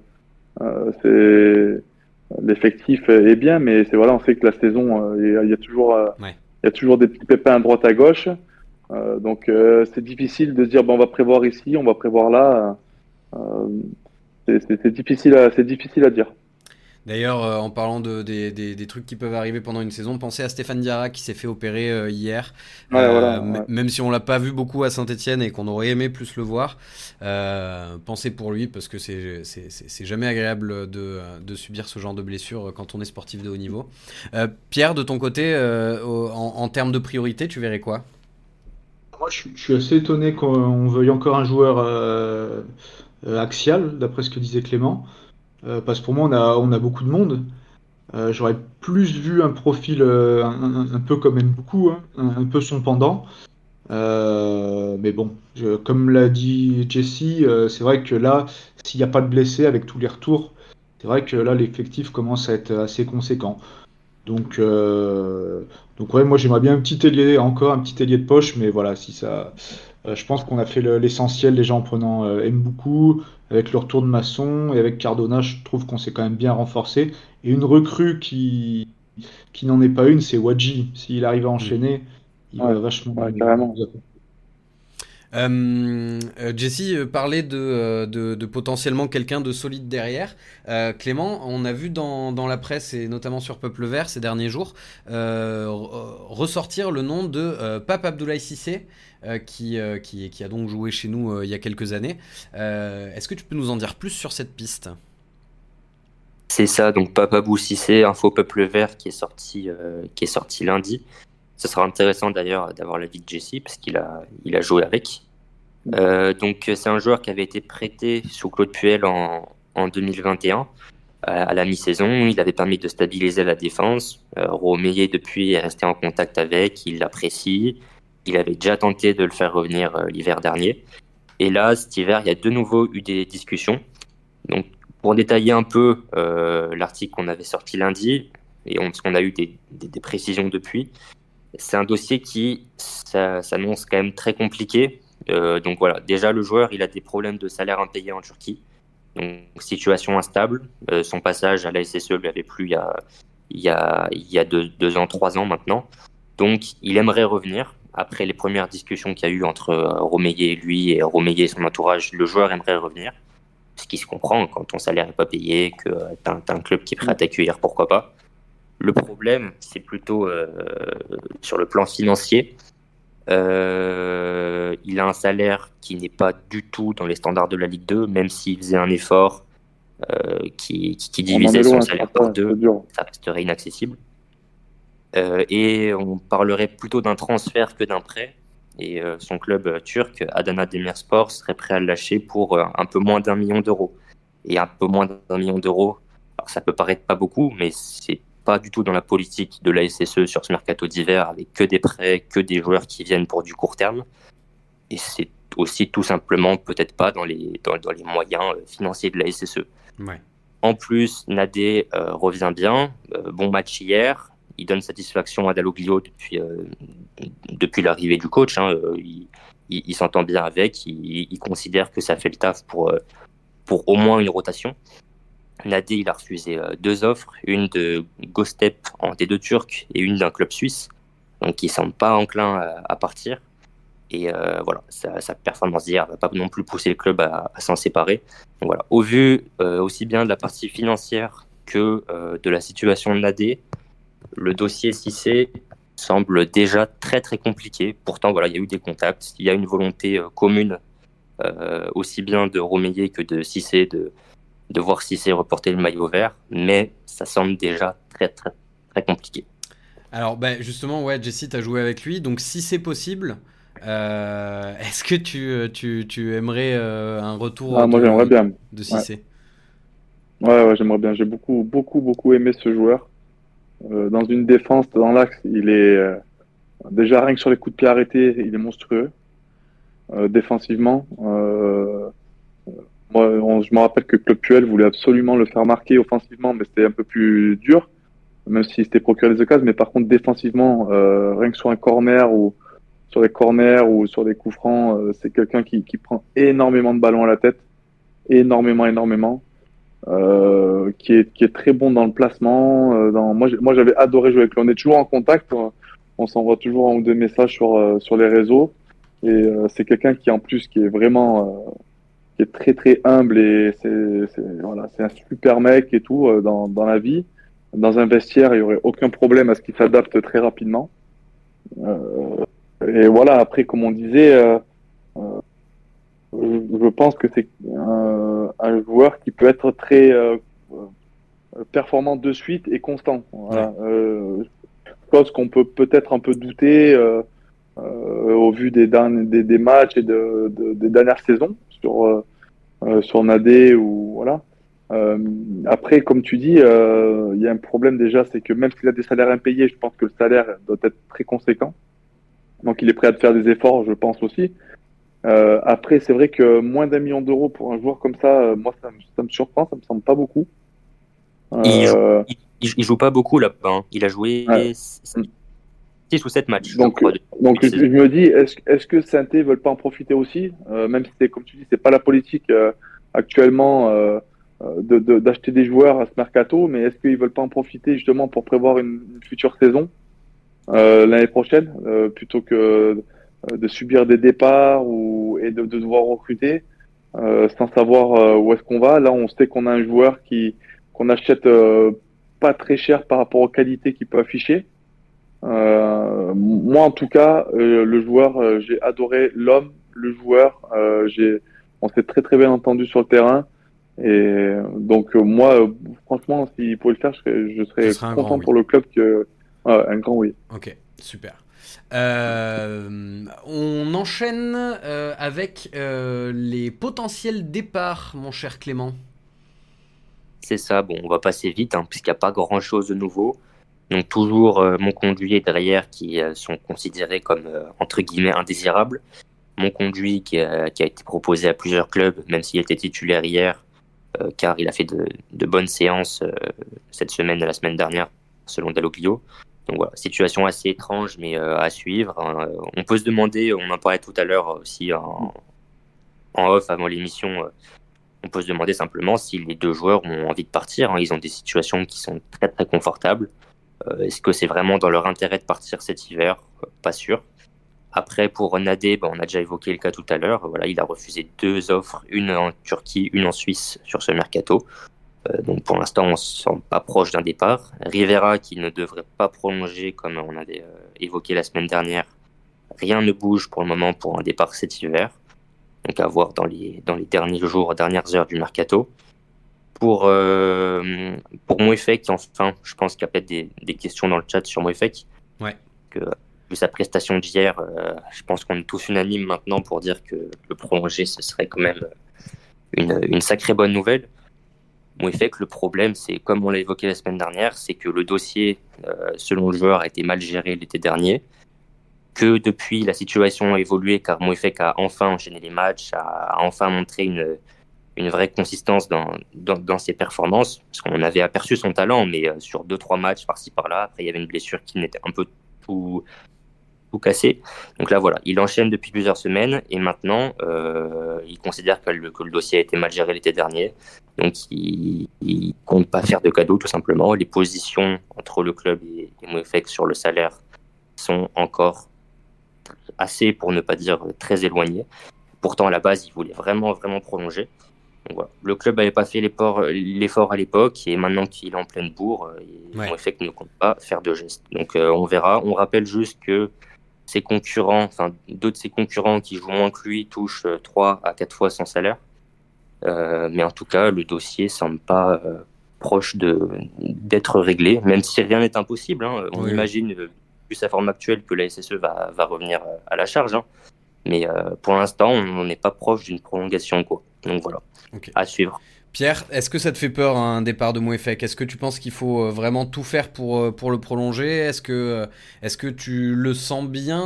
l'effectif est bien, mais on sait que la saison, il y a toujours des petits pépins à droite à gauche. Donc c'est difficile de se dire on va prévoir ici, on va prévoir là. C'est difficile à dire. D'ailleurs, en parlant des trucs qui peuvent arriver pendant une saison, pensez à Stéphane Diarra qui s'est fait opérer hier. Même si on l'a pas vu beaucoup à Saint-Etienne et qu'on aurait aimé plus le voir, pensez pour lui parce que c'est jamais agréable de subir ce genre de blessure quand on est sportif de haut niveau. Pierre, de ton côté, en termes de priorité, tu verrais quoi ? Moi, je suis assez étonné qu'on veuille encore un joueur axial, d'après ce que disait Clément. Parce que pour moi, on a beaucoup de monde. J'aurais plus vu un profil un peu comme Mboukou, hein, un peu son pendant. Mais bon, comme l'a dit Jessie, c'est vrai que là, s'il n'y a pas de blessés avec tous les retours, c'est vrai que là, l'effectif commence à être assez conséquent. Donc ouais, moi j'aimerais bien un petit ailier de poche, mais voilà, si ça, je pense qu'on a fait l'essentiel déjà en prenant Mboukou, avec le retour de Masson et avec Cardona, je trouve qu'on s'est quand même bien renforcé. Et une recrue qui n'en est pas une, c'est Wadji. S'il arrive à enchaîner, il va vachement. Carrément. Jesse parlait de potentiellement quelqu'un de solide derrière. Clément, on a vu dans la presse et notamment sur Peuple Vert ces derniers jours ressortir le nom de Pape Abdoulaye Cissé, qui a donc joué chez nous il y a quelques années. Est-ce que tu peux nous en dire plus sur cette piste ? C'est ça, donc Pape Abou Cissé, Info Peuple Vert, qui est sorti lundi. Ce sera intéressant d'ailleurs d'avoir l'avis de Jesse parce qu'il a joué avec. Donc c'est un joueur qui avait été prêté sous Claude Puel en 2021 à la mi-saison. Il avait permis de stabiliser la défense. Romeyer depuis est resté en contact avec, il l'apprécie. Il avait déjà tenté de le faire revenir l'hiver dernier. Et là, cet hiver, il y a de nouveau eu des discussions. Donc pour détailler un peu l'article qu'on avait sorti lundi, et on a eu des précisions depuis, c'est un dossier qui s'annonce quand même très compliqué. Donc voilà, déjà le joueur, il a des problèmes de salaire impayé en Turquie, donc situation instable. Son passage à la SSE lui avait plu il y a 2 ans, 3 ans maintenant. Donc il aimerait revenir. Après les premières discussions qu'il y a eu entre Romeyer et lui et Romeyer et son entourage, le joueur aimerait revenir. Ce qui se comprend, quand ton salaire n'est pas payé, que t'as un club qui est prêt à t'accueillir, pourquoi pas. Le problème, c'est plutôt sur le plan financier. Il a un salaire qui n'est pas du tout dans les standards de la Ligue 2, même s'il faisait un effort qui divisait son salaire par 2, ça resterait inaccessible. Et on parlerait plutôt d'un transfert que d'un prêt. Et son club turc, Adana Demirspor, serait prêt à le lâcher pour un peu moins d'1 million d'euros. Et un peu moins d'1 million d'euros, alors ça peut paraître pas beaucoup, mais c'est pas du tout dans la politique de la SSE sur ce mercato d'hiver, avec que des prêts, que des joueurs qui viennent pour du court terme. Et c'est aussi tout simplement peut-être pas dans les moyens financiers de la SSE. Ouais. En plus, Nadé revient bien. Bon match hier. Il donne satisfaction à Dalloglio depuis l'arrivée du coach. Il s'entend bien avec. Il considère que ça fait le taf pour au moins une rotation. Nadé, il a refusé 2 offres, une de Gostep en D2 turc et une d'un club suisse. Donc il ne semble pas enclin à partir. Et voilà, sa performance d'hier ne va pas non plus pousser le club à s'en séparer. Donc voilà, au vu aussi bien de la partie financière que de la situation de Nadé, le dossier Cissé semble déjà très très compliqué. Pourtant, voilà, il y a eu des contacts, il y a une volonté commune, aussi bien de Romeyer que de Cissé, de voir Cissé reporter le maillot vert, mais ça semble déjà très très très compliqué. Alors justement, ouais, Jesse, tu as joué avec lui, donc si c'est possible, est-ce que tu aimerais un retour moi j'aimerais bien de Cissé? Ouais, j'aimerais bien. J'ai beaucoup aimé ce joueur. Dans une défense, dans l'axe, il est déjà rien que sur les coups de pied arrêtés, il est monstrueux. Défensivement, je me rappelle que Claude Puel voulait absolument le faire marquer offensivement, mais c'était un peu plus dur, même s'il s'était procuré des occasions. Mais par contre, défensivement, rien que sur un corner ou sur les corners ou sur des coups francs, c'est quelqu'un qui prend énormément de ballons à la tête, énormément. Qui est très bon dans le placement. Moi, j'avais adoré jouer avec lui. On est toujours en contact. On s'envoie toujours 1 ou 2 messages sur les réseaux. Et c'est quelqu'un qui, en plus, qui est vraiment qui est très très humble et c'est un super mec et tout dans la vie. Dans un vestiaire, il y aurait aucun problème à ce qu'il s'adapte très rapidement. Et voilà. Après, comme on disait. Je pense que c'est un joueur qui peut être très performant de suite et constant. Voilà. Chose qu'on peut peut-être un peu douter au vu des matchs et des dernières saisons sur Nadé ou voilà. Après, comme tu dis, il y a un problème déjà, c'est que même s'il a des salaires impayés, je pense que le salaire doit être très conséquent. Donc il est prêt à faire des efforts, je pense aussi. Après, c'est vrai que moins d'1 million d'euros pour un joueur comme ça, moi, ça me surprend, ça me semble pas beaucoup. Il joue pas beaucoup là-bas. Hein. Il a joué 6 ou 7 matchs. Donc je me dis, est-ce que Saint-Étienne veulent pas en profiter aussi, même si c'est comme tu dis, c'est pas la politique actuellement d'acheter des joueurs à ce mercato, mais est-ce qu'ils veulent pas en profiter justement pour prévoir une future saison l'année prochaine, plutôt que de subir des départs et de devoir recruter sans savoir où est-ce qu'on va. Là, on sait qu'on a un joueur qu'on achète pas très cher par rapport aux qualités qu'il peut afficher. Moi, en tout cas, le joueur, j'ai adoré l'homme, le joueur. On s'est très très bien entendu sur le terrain. Et donc moi, franchement, s'il pouvait le faire, je serais content pour le club un grand oui. Ok, super. On enchaîne avec les potentiels départs, mon cher Clément. C'est ça, bon, on va passer vite, puisqu'il n'y a pas grand-chose de nouveau. Donc toujours Monconduit et derrière qui sont considérés comme, entre guillemets, indésirables. Monconduit qui a été proposé à plusieurs clubs, même s'il était titulaire hier, car il a fait de bonnes séances cette semaine et la semaine dernière, selon Dalloglio. Donc voilà, situation assez étrange, mais à suivre. On peut se demander, on en parlait tout à l'heure aussi en off avant l'émission, on peut se demander simplement si les deux joueurs ont envie de partir. Ils ont des situations qui sont très très confortables. Est-ce que c'est vraiment dans leur intérêt de partir cet hiver ? Pas sûr. Après, pour Nadé, on a déjà évoqué le cas tout à l'heure. Voilà, il a refusé 2 offres, une en Turquie, une en Suisse sur ce mercato. Donc pour l'instant, on ne se sent pas proche d'un départ. Rivera, qui ne devrait pas prolonger, comme on avait évoqué la semaine dernière. Rien ne bouge pour le moment pour un départ cet hiver. Donc à voir dans les derniers jours, dernières heures du mercato. Pour Moefek, enfin, je pense qu'il y a peut-être des questions dans le chat sur Moefek. Ouais. Vu sa prestation d'hier, je pense qu'on est tous unanimes maintenant pour dire que le prolonger, ce serait quand même une sacrée bonne nouvelle. Moefek, le problème, c'est, comme on l'a évoqué la semaine dernière, c'est que le dossier, selon le joueur, a été mal géré l'été dernier. Que depuis, la situation a évolué car Moefek a enfin enchaîné les matchs, a enfin montré une vraie consistance dans ses performances, parce qu'on avait aperçu son talent, mais sur 2-3 matchs par-ci par-là, après il y avait une blessure qui n'était un peu tout cassé. Donc là voilà, il enchaîne depuis plusieurs semaines, et maintenant il considère que le dossier a été mal géré l'été dernier, donc il compte pas faire de cadeau tout simplement. Les positions entre le club et Moefek sur le salaire sont encore assez, pour ne pas dire très éloignées. Pourtant à la base il voulait vraiment prolonger. Donc, voilà. Le club n'avait pas fait l'effort à l'époque, et maintenant qu'il est en pleine bourre, Moefek ne compte pas faire de gestes. Donc on verra. On rappelle juste que ses concurrents, enfin deux de ses concurrents qui jouent moins que lui, touchent 3 à 4 fois son salaire. Mais en tout cas, le dossier semble pas proche d'être réglé, même si rien n'est impossible. On imagine, vu sa forme actuelle, que la SSE va revenir à la charge. Mais pour l'instant, on n'est pas proche d'une prolongation, quoi. Donc voilà, à suivre. Pierre, est-ce que ça te fait peur un départ de Moefek ? Est-ce que tu penses qu'il faut vraiment tout faire pour le prolonger ? Est-ce que tu le sens bien,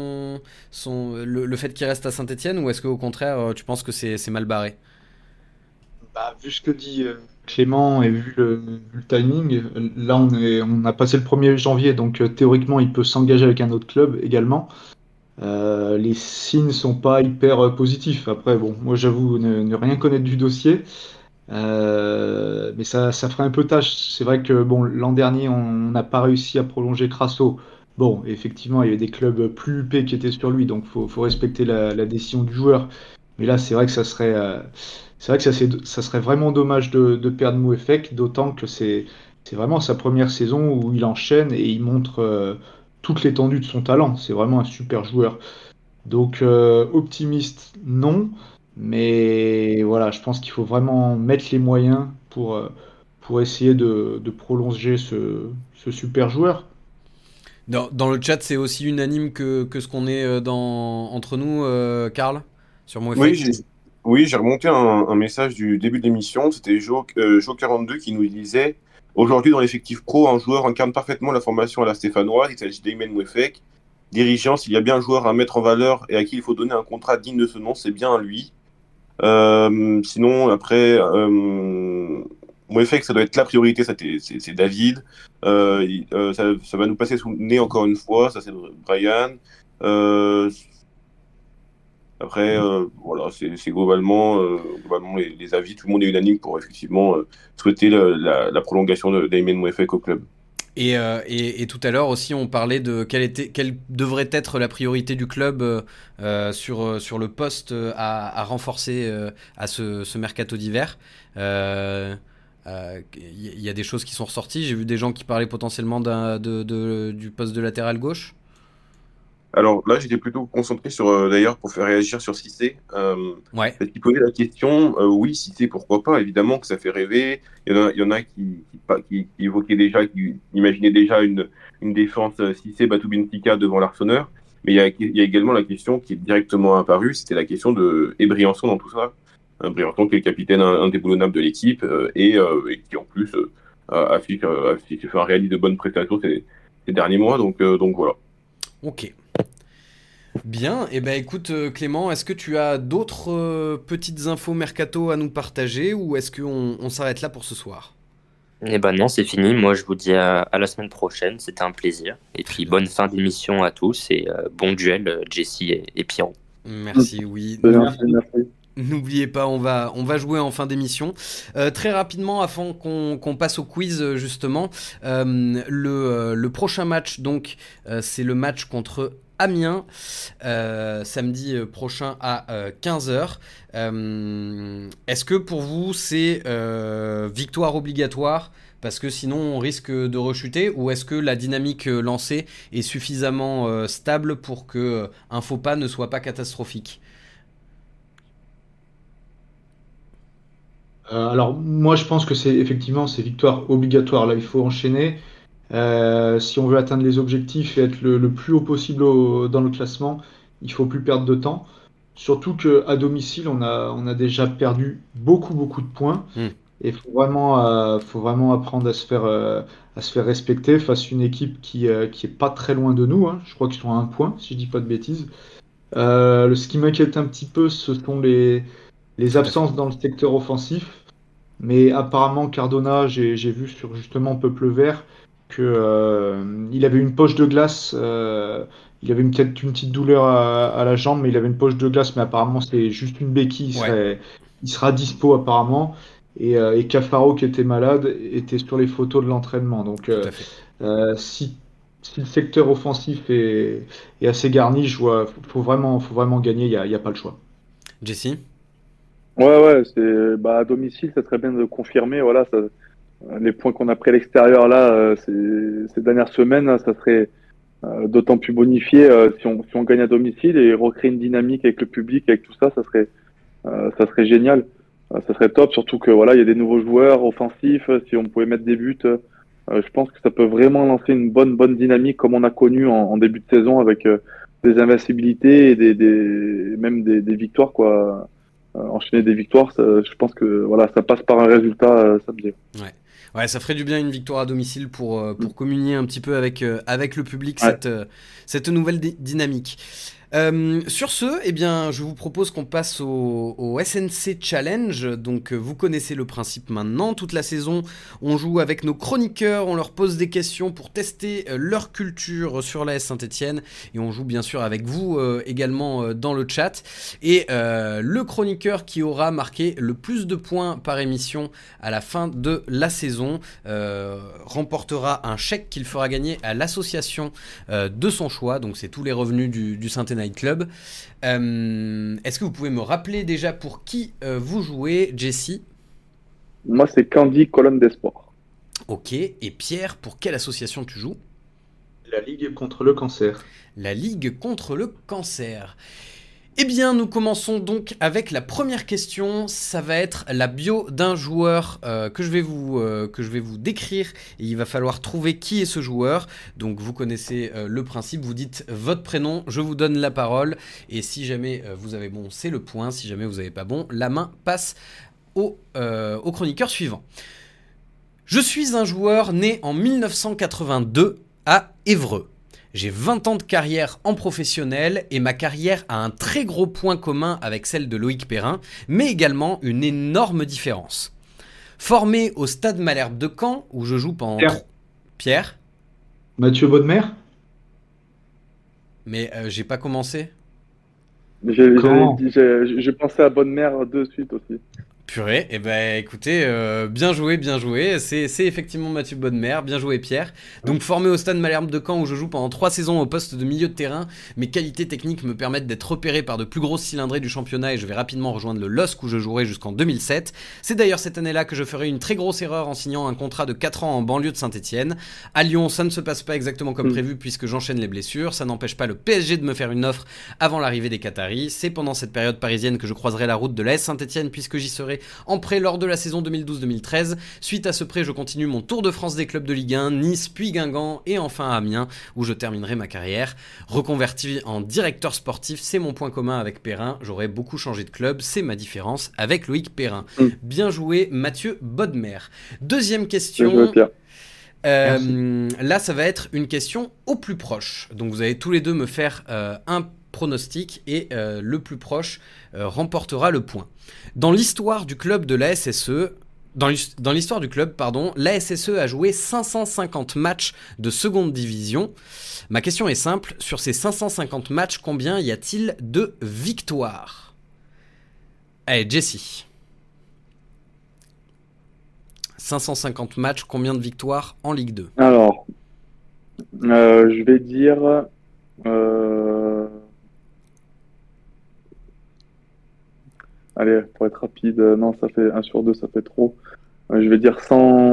le fait qu'il reste à Saint-Etienne, ou est-ce qu'au contraire, tu penses que c'est mal barré ? Vu ce que dit Clément et vu le timing, là on a passé le 1er janvier, donc théoriquement il peut s'engager avec un autre club également. Les signes sont pas hyper positifs. Après, bon, moi j'avoue ne rien connaître du dossier, mais ça ferait un peu tâche. C'est vrai que bon, l'an dernier on n'a pas réussi à prolonger Crasso. Bon, effectivement, il y avait des clubs plus huppés qui étaient sur lui, donc faut respecter la décision du joueur. Mais là, c'est vrai que ça serait vraiment dommage de perdre Moefek, d'autant que c'est vraiment sa première saison où il enchaîne et il montre toute l'étendue de son talent. C'est vraiment un super joueur. Donc optimiste, non, mais voilà, je pense qu'il faut vraiment mettre les moyens pour essayer de prolonger ce super joueur. Dans le chat, c'est aussi unanime que ce qu'on est entre nous, Karl, sur Moefek. Oui, j'ai remonté un message du début de l'émission. C'était Jo42 qui nous disait: aujourd'hui, dans l'effectif pro, un joueur incarne parfaitement la formation à la stéphanoise. Il s'agit d'Aymen Moefek. Dirigeant, s'il y a bien un joueur à mettre en valeur et à qui il faut donner un contrat digne de ce nom, c'est bien lui. Sinon, après, Moefek, ça doit être la priorité, c'est David. Ça va nous passer sous le nez encore une fois, ça c'est Brian. Après, voilà, c'est globalement les avis, tout le monde est unanime pour effectivement souhaiter la prolongation d'Aymen Moefek au club. Et tout à l'heure aussi, on parlait de quelle devrait être la priorité du club sur le poste à renforcer à ce mercato d'hiver. Il y a des choses qui sont ressorties. J'ai vu des gens qui parlaient potentiellement du poste de latéral gauche. Alors là, j'étais plutôt concentré sur, d'ailleurs, pour faire réagir sur Cissé. Ouais. Parce qu'il posait la question, oui, Cissé, pourquoi pas, évidemment que ça fait rêver. Il y en a qui évoquaient déjà, qui imaginaient déjà une défense Cissé, Batou Benfica devant l'Arseneur. Mais il y a également la question qui est directement apparue, c'était la question de Briançon dans tout ça. Briançon qui est le capitaine indéboulonnable de l'équipe et qui en plus affiche fait un réalisme de bonnes prestations ces derniers mois. Donc voilà. Ok. Bien, et ben écoute Clément, est-ce que tu as d'autres petites infos mercato à nous partager ou est-ce qu'on s'arrête là pour ce soir? Eh ben non, c'est fini. Moi, je vous dis à la semaine prochaine. C'était un plaisir. Et puis, bonne fin d'émission à tous et bon duel, Jesse et Pierrot. Merci, oui. Merci. N'oubliez pas, on va jouer en fin d'émission. Très rapidement, avant qu'on passe au quiz, justement, le prochain match, donc, c'est le match contre Amiens, samedi prochain à 15h. Est-ce que pour vous, c'est victoire obligatoire ? Parce que sinon, on risque de rechuter. Ou est-ce que la dynamique lancée est suffisamment stable pour qu'un faux pas ne soit pas catastrophique ? Alors moi je pense que c'est victoire obligatoire. Là il faut enchaîner. Si on veut atteindre les objectifs et être le plus haut possible dans le classement, il faut plus perdre de temps. Surtout qu'à domicile on a déjà perdu beaucoup de points. Et il faut vraiment apprendre à se faire respecter face à une équipe qui est pas très loin de nous, hein. Je crois qu'ils sont à 1 point si je dis pas de bêtises. Ce qui m'inquiète un petit peu, ce sont les absences dans le secteur offensif. Mais apparemment, Cardona, j'ai vu sur justement Peuple Vert que il avait une poche de glace. Il avait peut-être une petite douleur à la jambe, mais il avait une poche de glace. Mais apparemment, c'est juste une béquille. Il sera dispo apparemment. Et Cafaro, qui était malade, était sur les photos de l'entraînement. Donc, si le secteur offensif est assez garni, faut vraiment gagner. Il y a pas le choix. Jesse ? Ouais, à domicile, ça serait bien de confirmer. Voilà, les points qu'on a pris à l'extérieur là, ces dernières semaines, ça serait d'autant plus bonifié si on gagne à domicile et recréer une dynamique avec le public, avec tout ça, ça serait génial. Ça serait top, surtout que voilà, il y a des nouveaux joueurs offensifs. Si on pouvait mettre des buts, je pense que ça peut vraiment lancer une bonne dynamique comme on a connu en début de saison avec des invincibilités et même des victoires quoi. Enchaîner des victoires, je pense que voilà, ça passe par un résultat samedi. Ouais, ça ferait du bien une victoire à domicile pour communier un petit peu avec le public, cette nouvelle dynamique. Sur ce, eh bien, je vous propose qu'on passe au SNC Challenge. Donc, vous connaissez le principe maintenant. Toute la saison, on joue avec nos chroniqueurs, on leur pose des questions pour tester leur culture sur l'AS Saint-Etienne. Et on joue bien sûr avec vous également dans le chat. Et le chroniqueur qui aura marqué le plus de points par émission à la fin de la saison remportera un chèque qu'il fera gagner à l'association de son choix. Donc, c'est tous les revenus du Saint-Etienne Club. Est-ce que vous pouvez me rappeler déjà pour qui vous jouez, Jesse ? Moi, c'est Candy, Colonne d'Espoir. Ok. Et Pierre, pour quelle association tu joues ? La Ligue contre le cancer. La Ligue contre le cancer. Eh bien, nous commençons donc avec la première question. Ça va être la bio d'un joueur que je vais vous décrire. Et il va falloir trouver qui est ce joueur. Donc, vous connaissez le principe. Vous dites votre prénom, je vous donne la parole. Et si jamais vous avez bon, c'est le point. Si jamais vous n'avez pas bon, la main passe au chroniqueur suivant. Je suis un joueur né en 1982 à Évreux. J'ai 20 ans de carrière en professionnel et ma carrière a un très gros point commun avec celle de Loïc Perrin, mais également une énorme différence. Formé au Stade Malherbe de Caen, où je joue pendant... Pierre ? Mathieu Bodmer ? Mais j'ai pas commencé. Je pensais à Bodmer de suite aussi. Purée, eh ben écoutez, bien joué, c'est effectivement Mathieu Bodmer, bien joué Pierre. Donc formé au Stade Malherbe de Caen où je joue pendant 3 saisons au poste de milieu de terrain, mes qualités techniques me permettent d'être repéré par de plus grosses cylindrées du championnat et je vais rapidement rejoindre le LOSC où je jouerai jusqu'en 2007. C'est d'ailleurs cette année-là que je ferai une très grosse erreur en signant un contrat de 4 ans en banlieue de Saint-Etienne. À Lyon, ça ne se passe pas exactement comme prévu puisque j'enchaîne les blessures, ça n'empêche pas le PSG de me faire une offre avant l'arrivée des Qataris. C'est pendant cette période parisienne que je croiserai la route de l'AS Saint-Etienne puisque j'y serai en prêt lors de la saison 2012-2013. Suite à ce prêt, je continue mon tour de France des clubs de Ligue 1, Nice, puis Guingamp et enfin Amiens, où je terminerai ma carrière. Reconverti en directeur sportif, c'est mon point commun avec Perrin. J'aurais beaucoup changé de club, c'est ma différence avec Loïc Perrin. Bien joué, Mathieu Bodmer. Deuxième question. Bien joué, Pierre. Là, ça va être une question au plus proche. Donc, vous allez tous les deux me faire un pronostic et le plus proche remportera le point. Dans l'histoire du club de la SSE, dans l'histoire du club, la SSE a joué 550 matchs de seconde division. Ma question est simple, sur ces 550 matchs, combien y a-t-il de victoires? Allez, Jessie. 550 matchs, combien de victoires en Ligue 2? Alors, je vais dire... Allez, pour être rapide, non, ça fait 1 sur 2, ça fait trop. Je vais dire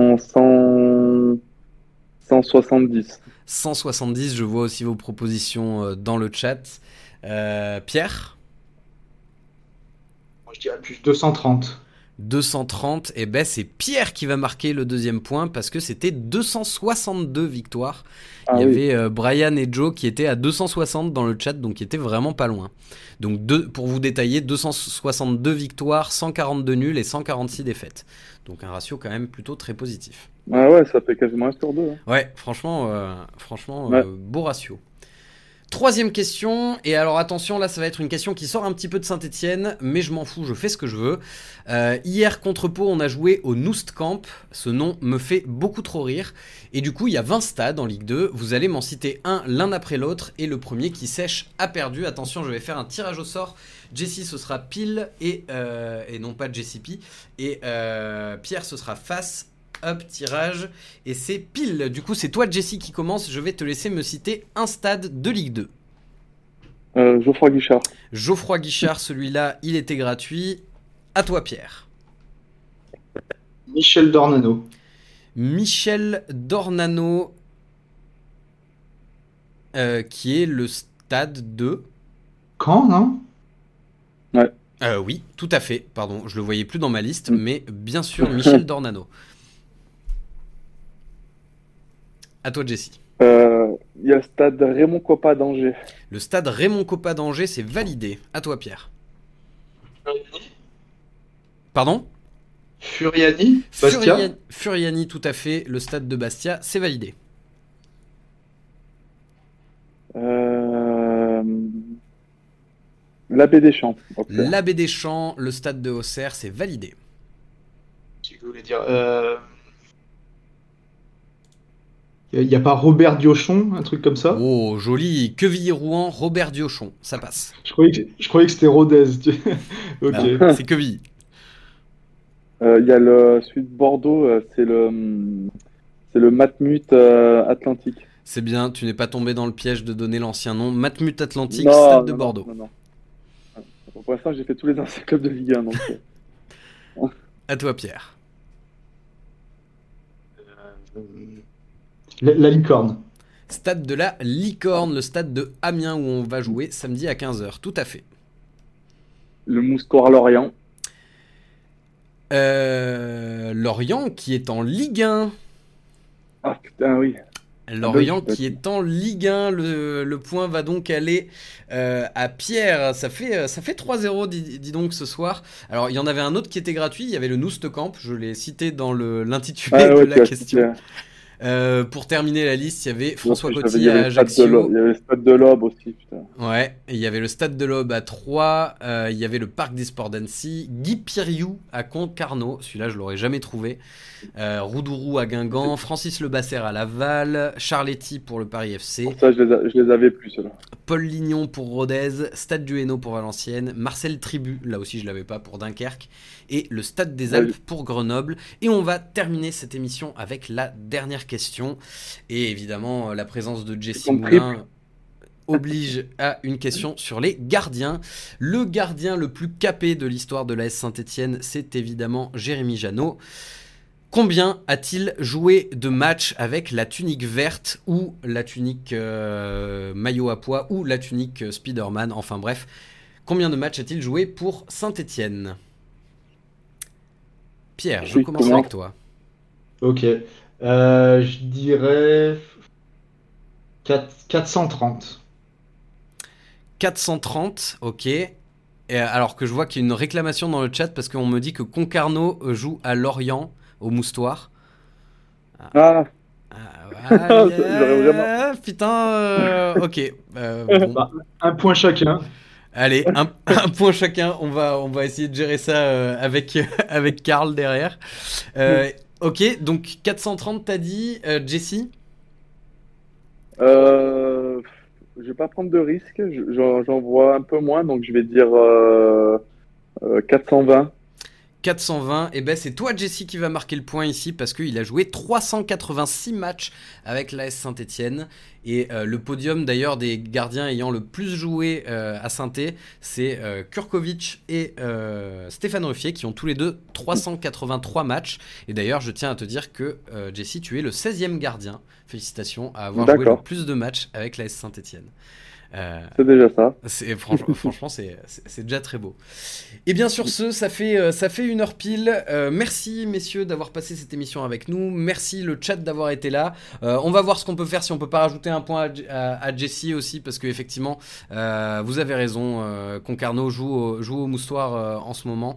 170. 170, je vois aussi vos propositions dans le chat. Pierre? Moi, je dirais plus 230. 230, et ben c'est Pierre qui va marquer le deuxième point parce que c'était 262 victoires. Il y avait Brian et Joe qui étaient à 260 dans le chat, donc qui étaient vraiment pas loin. Donc pour vous détailler, 262 victoires, 142 nuls et 146 défaites. Donc un ratio quand même plutôt très positif. Ah ouais, ça fait quasiment 1 sur 2. Hein. Ouais, franchement, beau ratio. Troisième question, et alors attention, là ça va être une question qui sort un petit peu de Saint-Etienne, mais je m'en fous, je fais ce que je veux. Hier contre Pau, on a joué au Noustkamp, ce nom me fait beaucoup trop rire, et du coup il y a 20 stades en Ligue 2, vous allez m'en citer un l'un après l'autre, et le premier qui sèche a perdu. Attention, je vais faire un tirage au sort, Jessie ce sera pile, et non pas Jessie P, et Pierre ce sera face. Hop, tirage, et c'est pile. Du coup, c'est toi, Jessie, qui commence. Je vais te laisser me citer un stade de Ligue 2. Geoffroy Guichard. Geoffroy Guichard, celui-là, il était gratuit. À toi, Pierre. Michel Dornano. Michel Dornano, qui est le stade de... Caen, non? Ouais. Oui, tout à fait. Pardon, je le voyais plus dans ma liste, mais bien sûr, Michel Dornano. À toi, Jessie. Il y a le stade Raymond Coppa d'Angers. Le stade Raymond Coppa d'Angers, c'est validé. À toi, Pierre. Pardon? Furiani, Bastia. Furiani, tout à fait. Le stade de Bastia, c'est validé. L'Abbé des Champs. L'Abbé des Champs, le stade de Auxerre, c'est validé. Je voulais dire... Il n'y a pas Robert Diochon, un truc comme ça? Oh, joli. Quevilly-Rouen, Robert Diochon. Ça passe. Je croyais que c'était Rodez. Ok. Ah, c'est Quevilly. Il y a celui de Bordeaux, c'est le Matmut Atlantique. C'est bien, tu n'es pas tombé dans le piège de donner l'ancien nom. Matmut Atlantique, stade de Bordeaux. Non. Pour l'instant, j'ai fait tous les anciens clubs de Ligue 1. Donc... À toi, Pierre. La Licorne. Stade de la Licorne, le stade de Amiens où on va jouer samedi à 15h. Tout à fait. Le Moustoir Lorient. Lorient qui est en Ligue 1. Ah putain, oui. Lorient qui est en Ligue 1. Le point va donc aller à Pierre. Ça fait 3-0, dis donc, ce soir. Alors, il y en avait un autre qui était gratuit. Il y avait le Noustkamp. Je l'ai cité dans l'intitulé de la question. Pour terminer la liste, il y avait François Il Coty y à avait Ajaccio. il y avait le Stade de l'Aube aussi, putain. Ouais, et il y avait le Stade de l'Aube à Troyes, il y avait le Parc des Sports d'Annecy, Guy Piriou à Concarneau, celui-là je l'aurais jamais trouvé, Roudourou à Guingamp, Francis Lebasser à Laval, Charletti pour le Paris FC, Pour ça, je les avais plus, ceux-là. Paul Lignon pour Rodez, Stade du Hainaut pour Valenciennes, Marcel Tribu, là aussi je l'avais pas, pour Dunkerque, et le Stade des Alpes pour Grenoble. Et on va terminer cette émission avec la dernière question, et évidemment la présence de Jesse Moulin oblige à une question sur les gardiens. Le gardien le plus capé de l'histoire de l'AS Saint-Etienne, c'est évidemment Jérémy Janot. Combien a-t-il joué de matchs avec la tunique verte ou la tunique maillot à pois ou la tunique Spider-Man, enfin bref, combien de matchs a-t-il joué pour Saint-Etienne? Pierre, je commence avec toi. Ok, je dirais 430. 430, ok. Et alors que je vois qu'il y a une réclamation dans le chat parce qu'on me dit que Concarneau joue à Lorient, au Moustoir. Ah, J'aurais vraiment... Putain, ok. Bon. Un point chacun. Allez, un point chacun. On va essayer de gérer ça avec Karl derrière. Ok, donc 430, t'as dit, Jesse? Je vais pas prendre de risque. J'en vois un peu moins, donc je vais dire 420. 420, et ben c'est toi Jesse qui va marquer le point ici parce qu'il a joué 386 matchs avec l'AS Saint-Etienne et le podium d'ailleurs des gardiens ayant le plus joué à Saint-Etienne, c'est Kurkovic et Stéphane Ruffier qui ont tous les deux 383 matchs. Et d'ailleurs je tiens à te dire que Jesse, tu es le 16e gardien, félicitations à avoir joué le plus de matchs avec l'AS Saint-Etienne. C'est déjà ça. Franchement, c'est déjà très beau. Et bien sur ce, ça fait une heure pile. Merci messieurs d'avoir passé cette émission avec nous. Merci le chat d'avoir été là. On va voir ce qu'on peut faire, si on peut pas rajouter un point à Jesse aussi, parce que effectivement, vous avez raison. Concarneau joue au Moustoir en ce moment.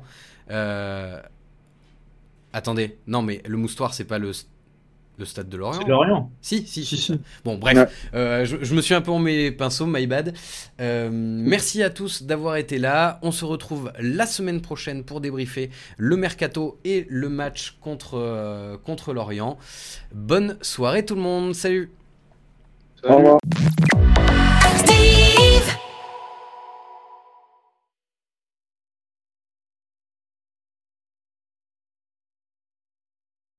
Attendez, non mais le Moustoir c'est pas le Stade de Lorient. C'est Lorient. Si. Bon, bref, je me suis un peu en mes pinceaux, my bad. Merci à tous d'avoir été là. On se retrouve la semaine prochaine pour débriefer le mercato et le match contre Lorient. Bonne soirée tout le monde. Salut. Au revoir.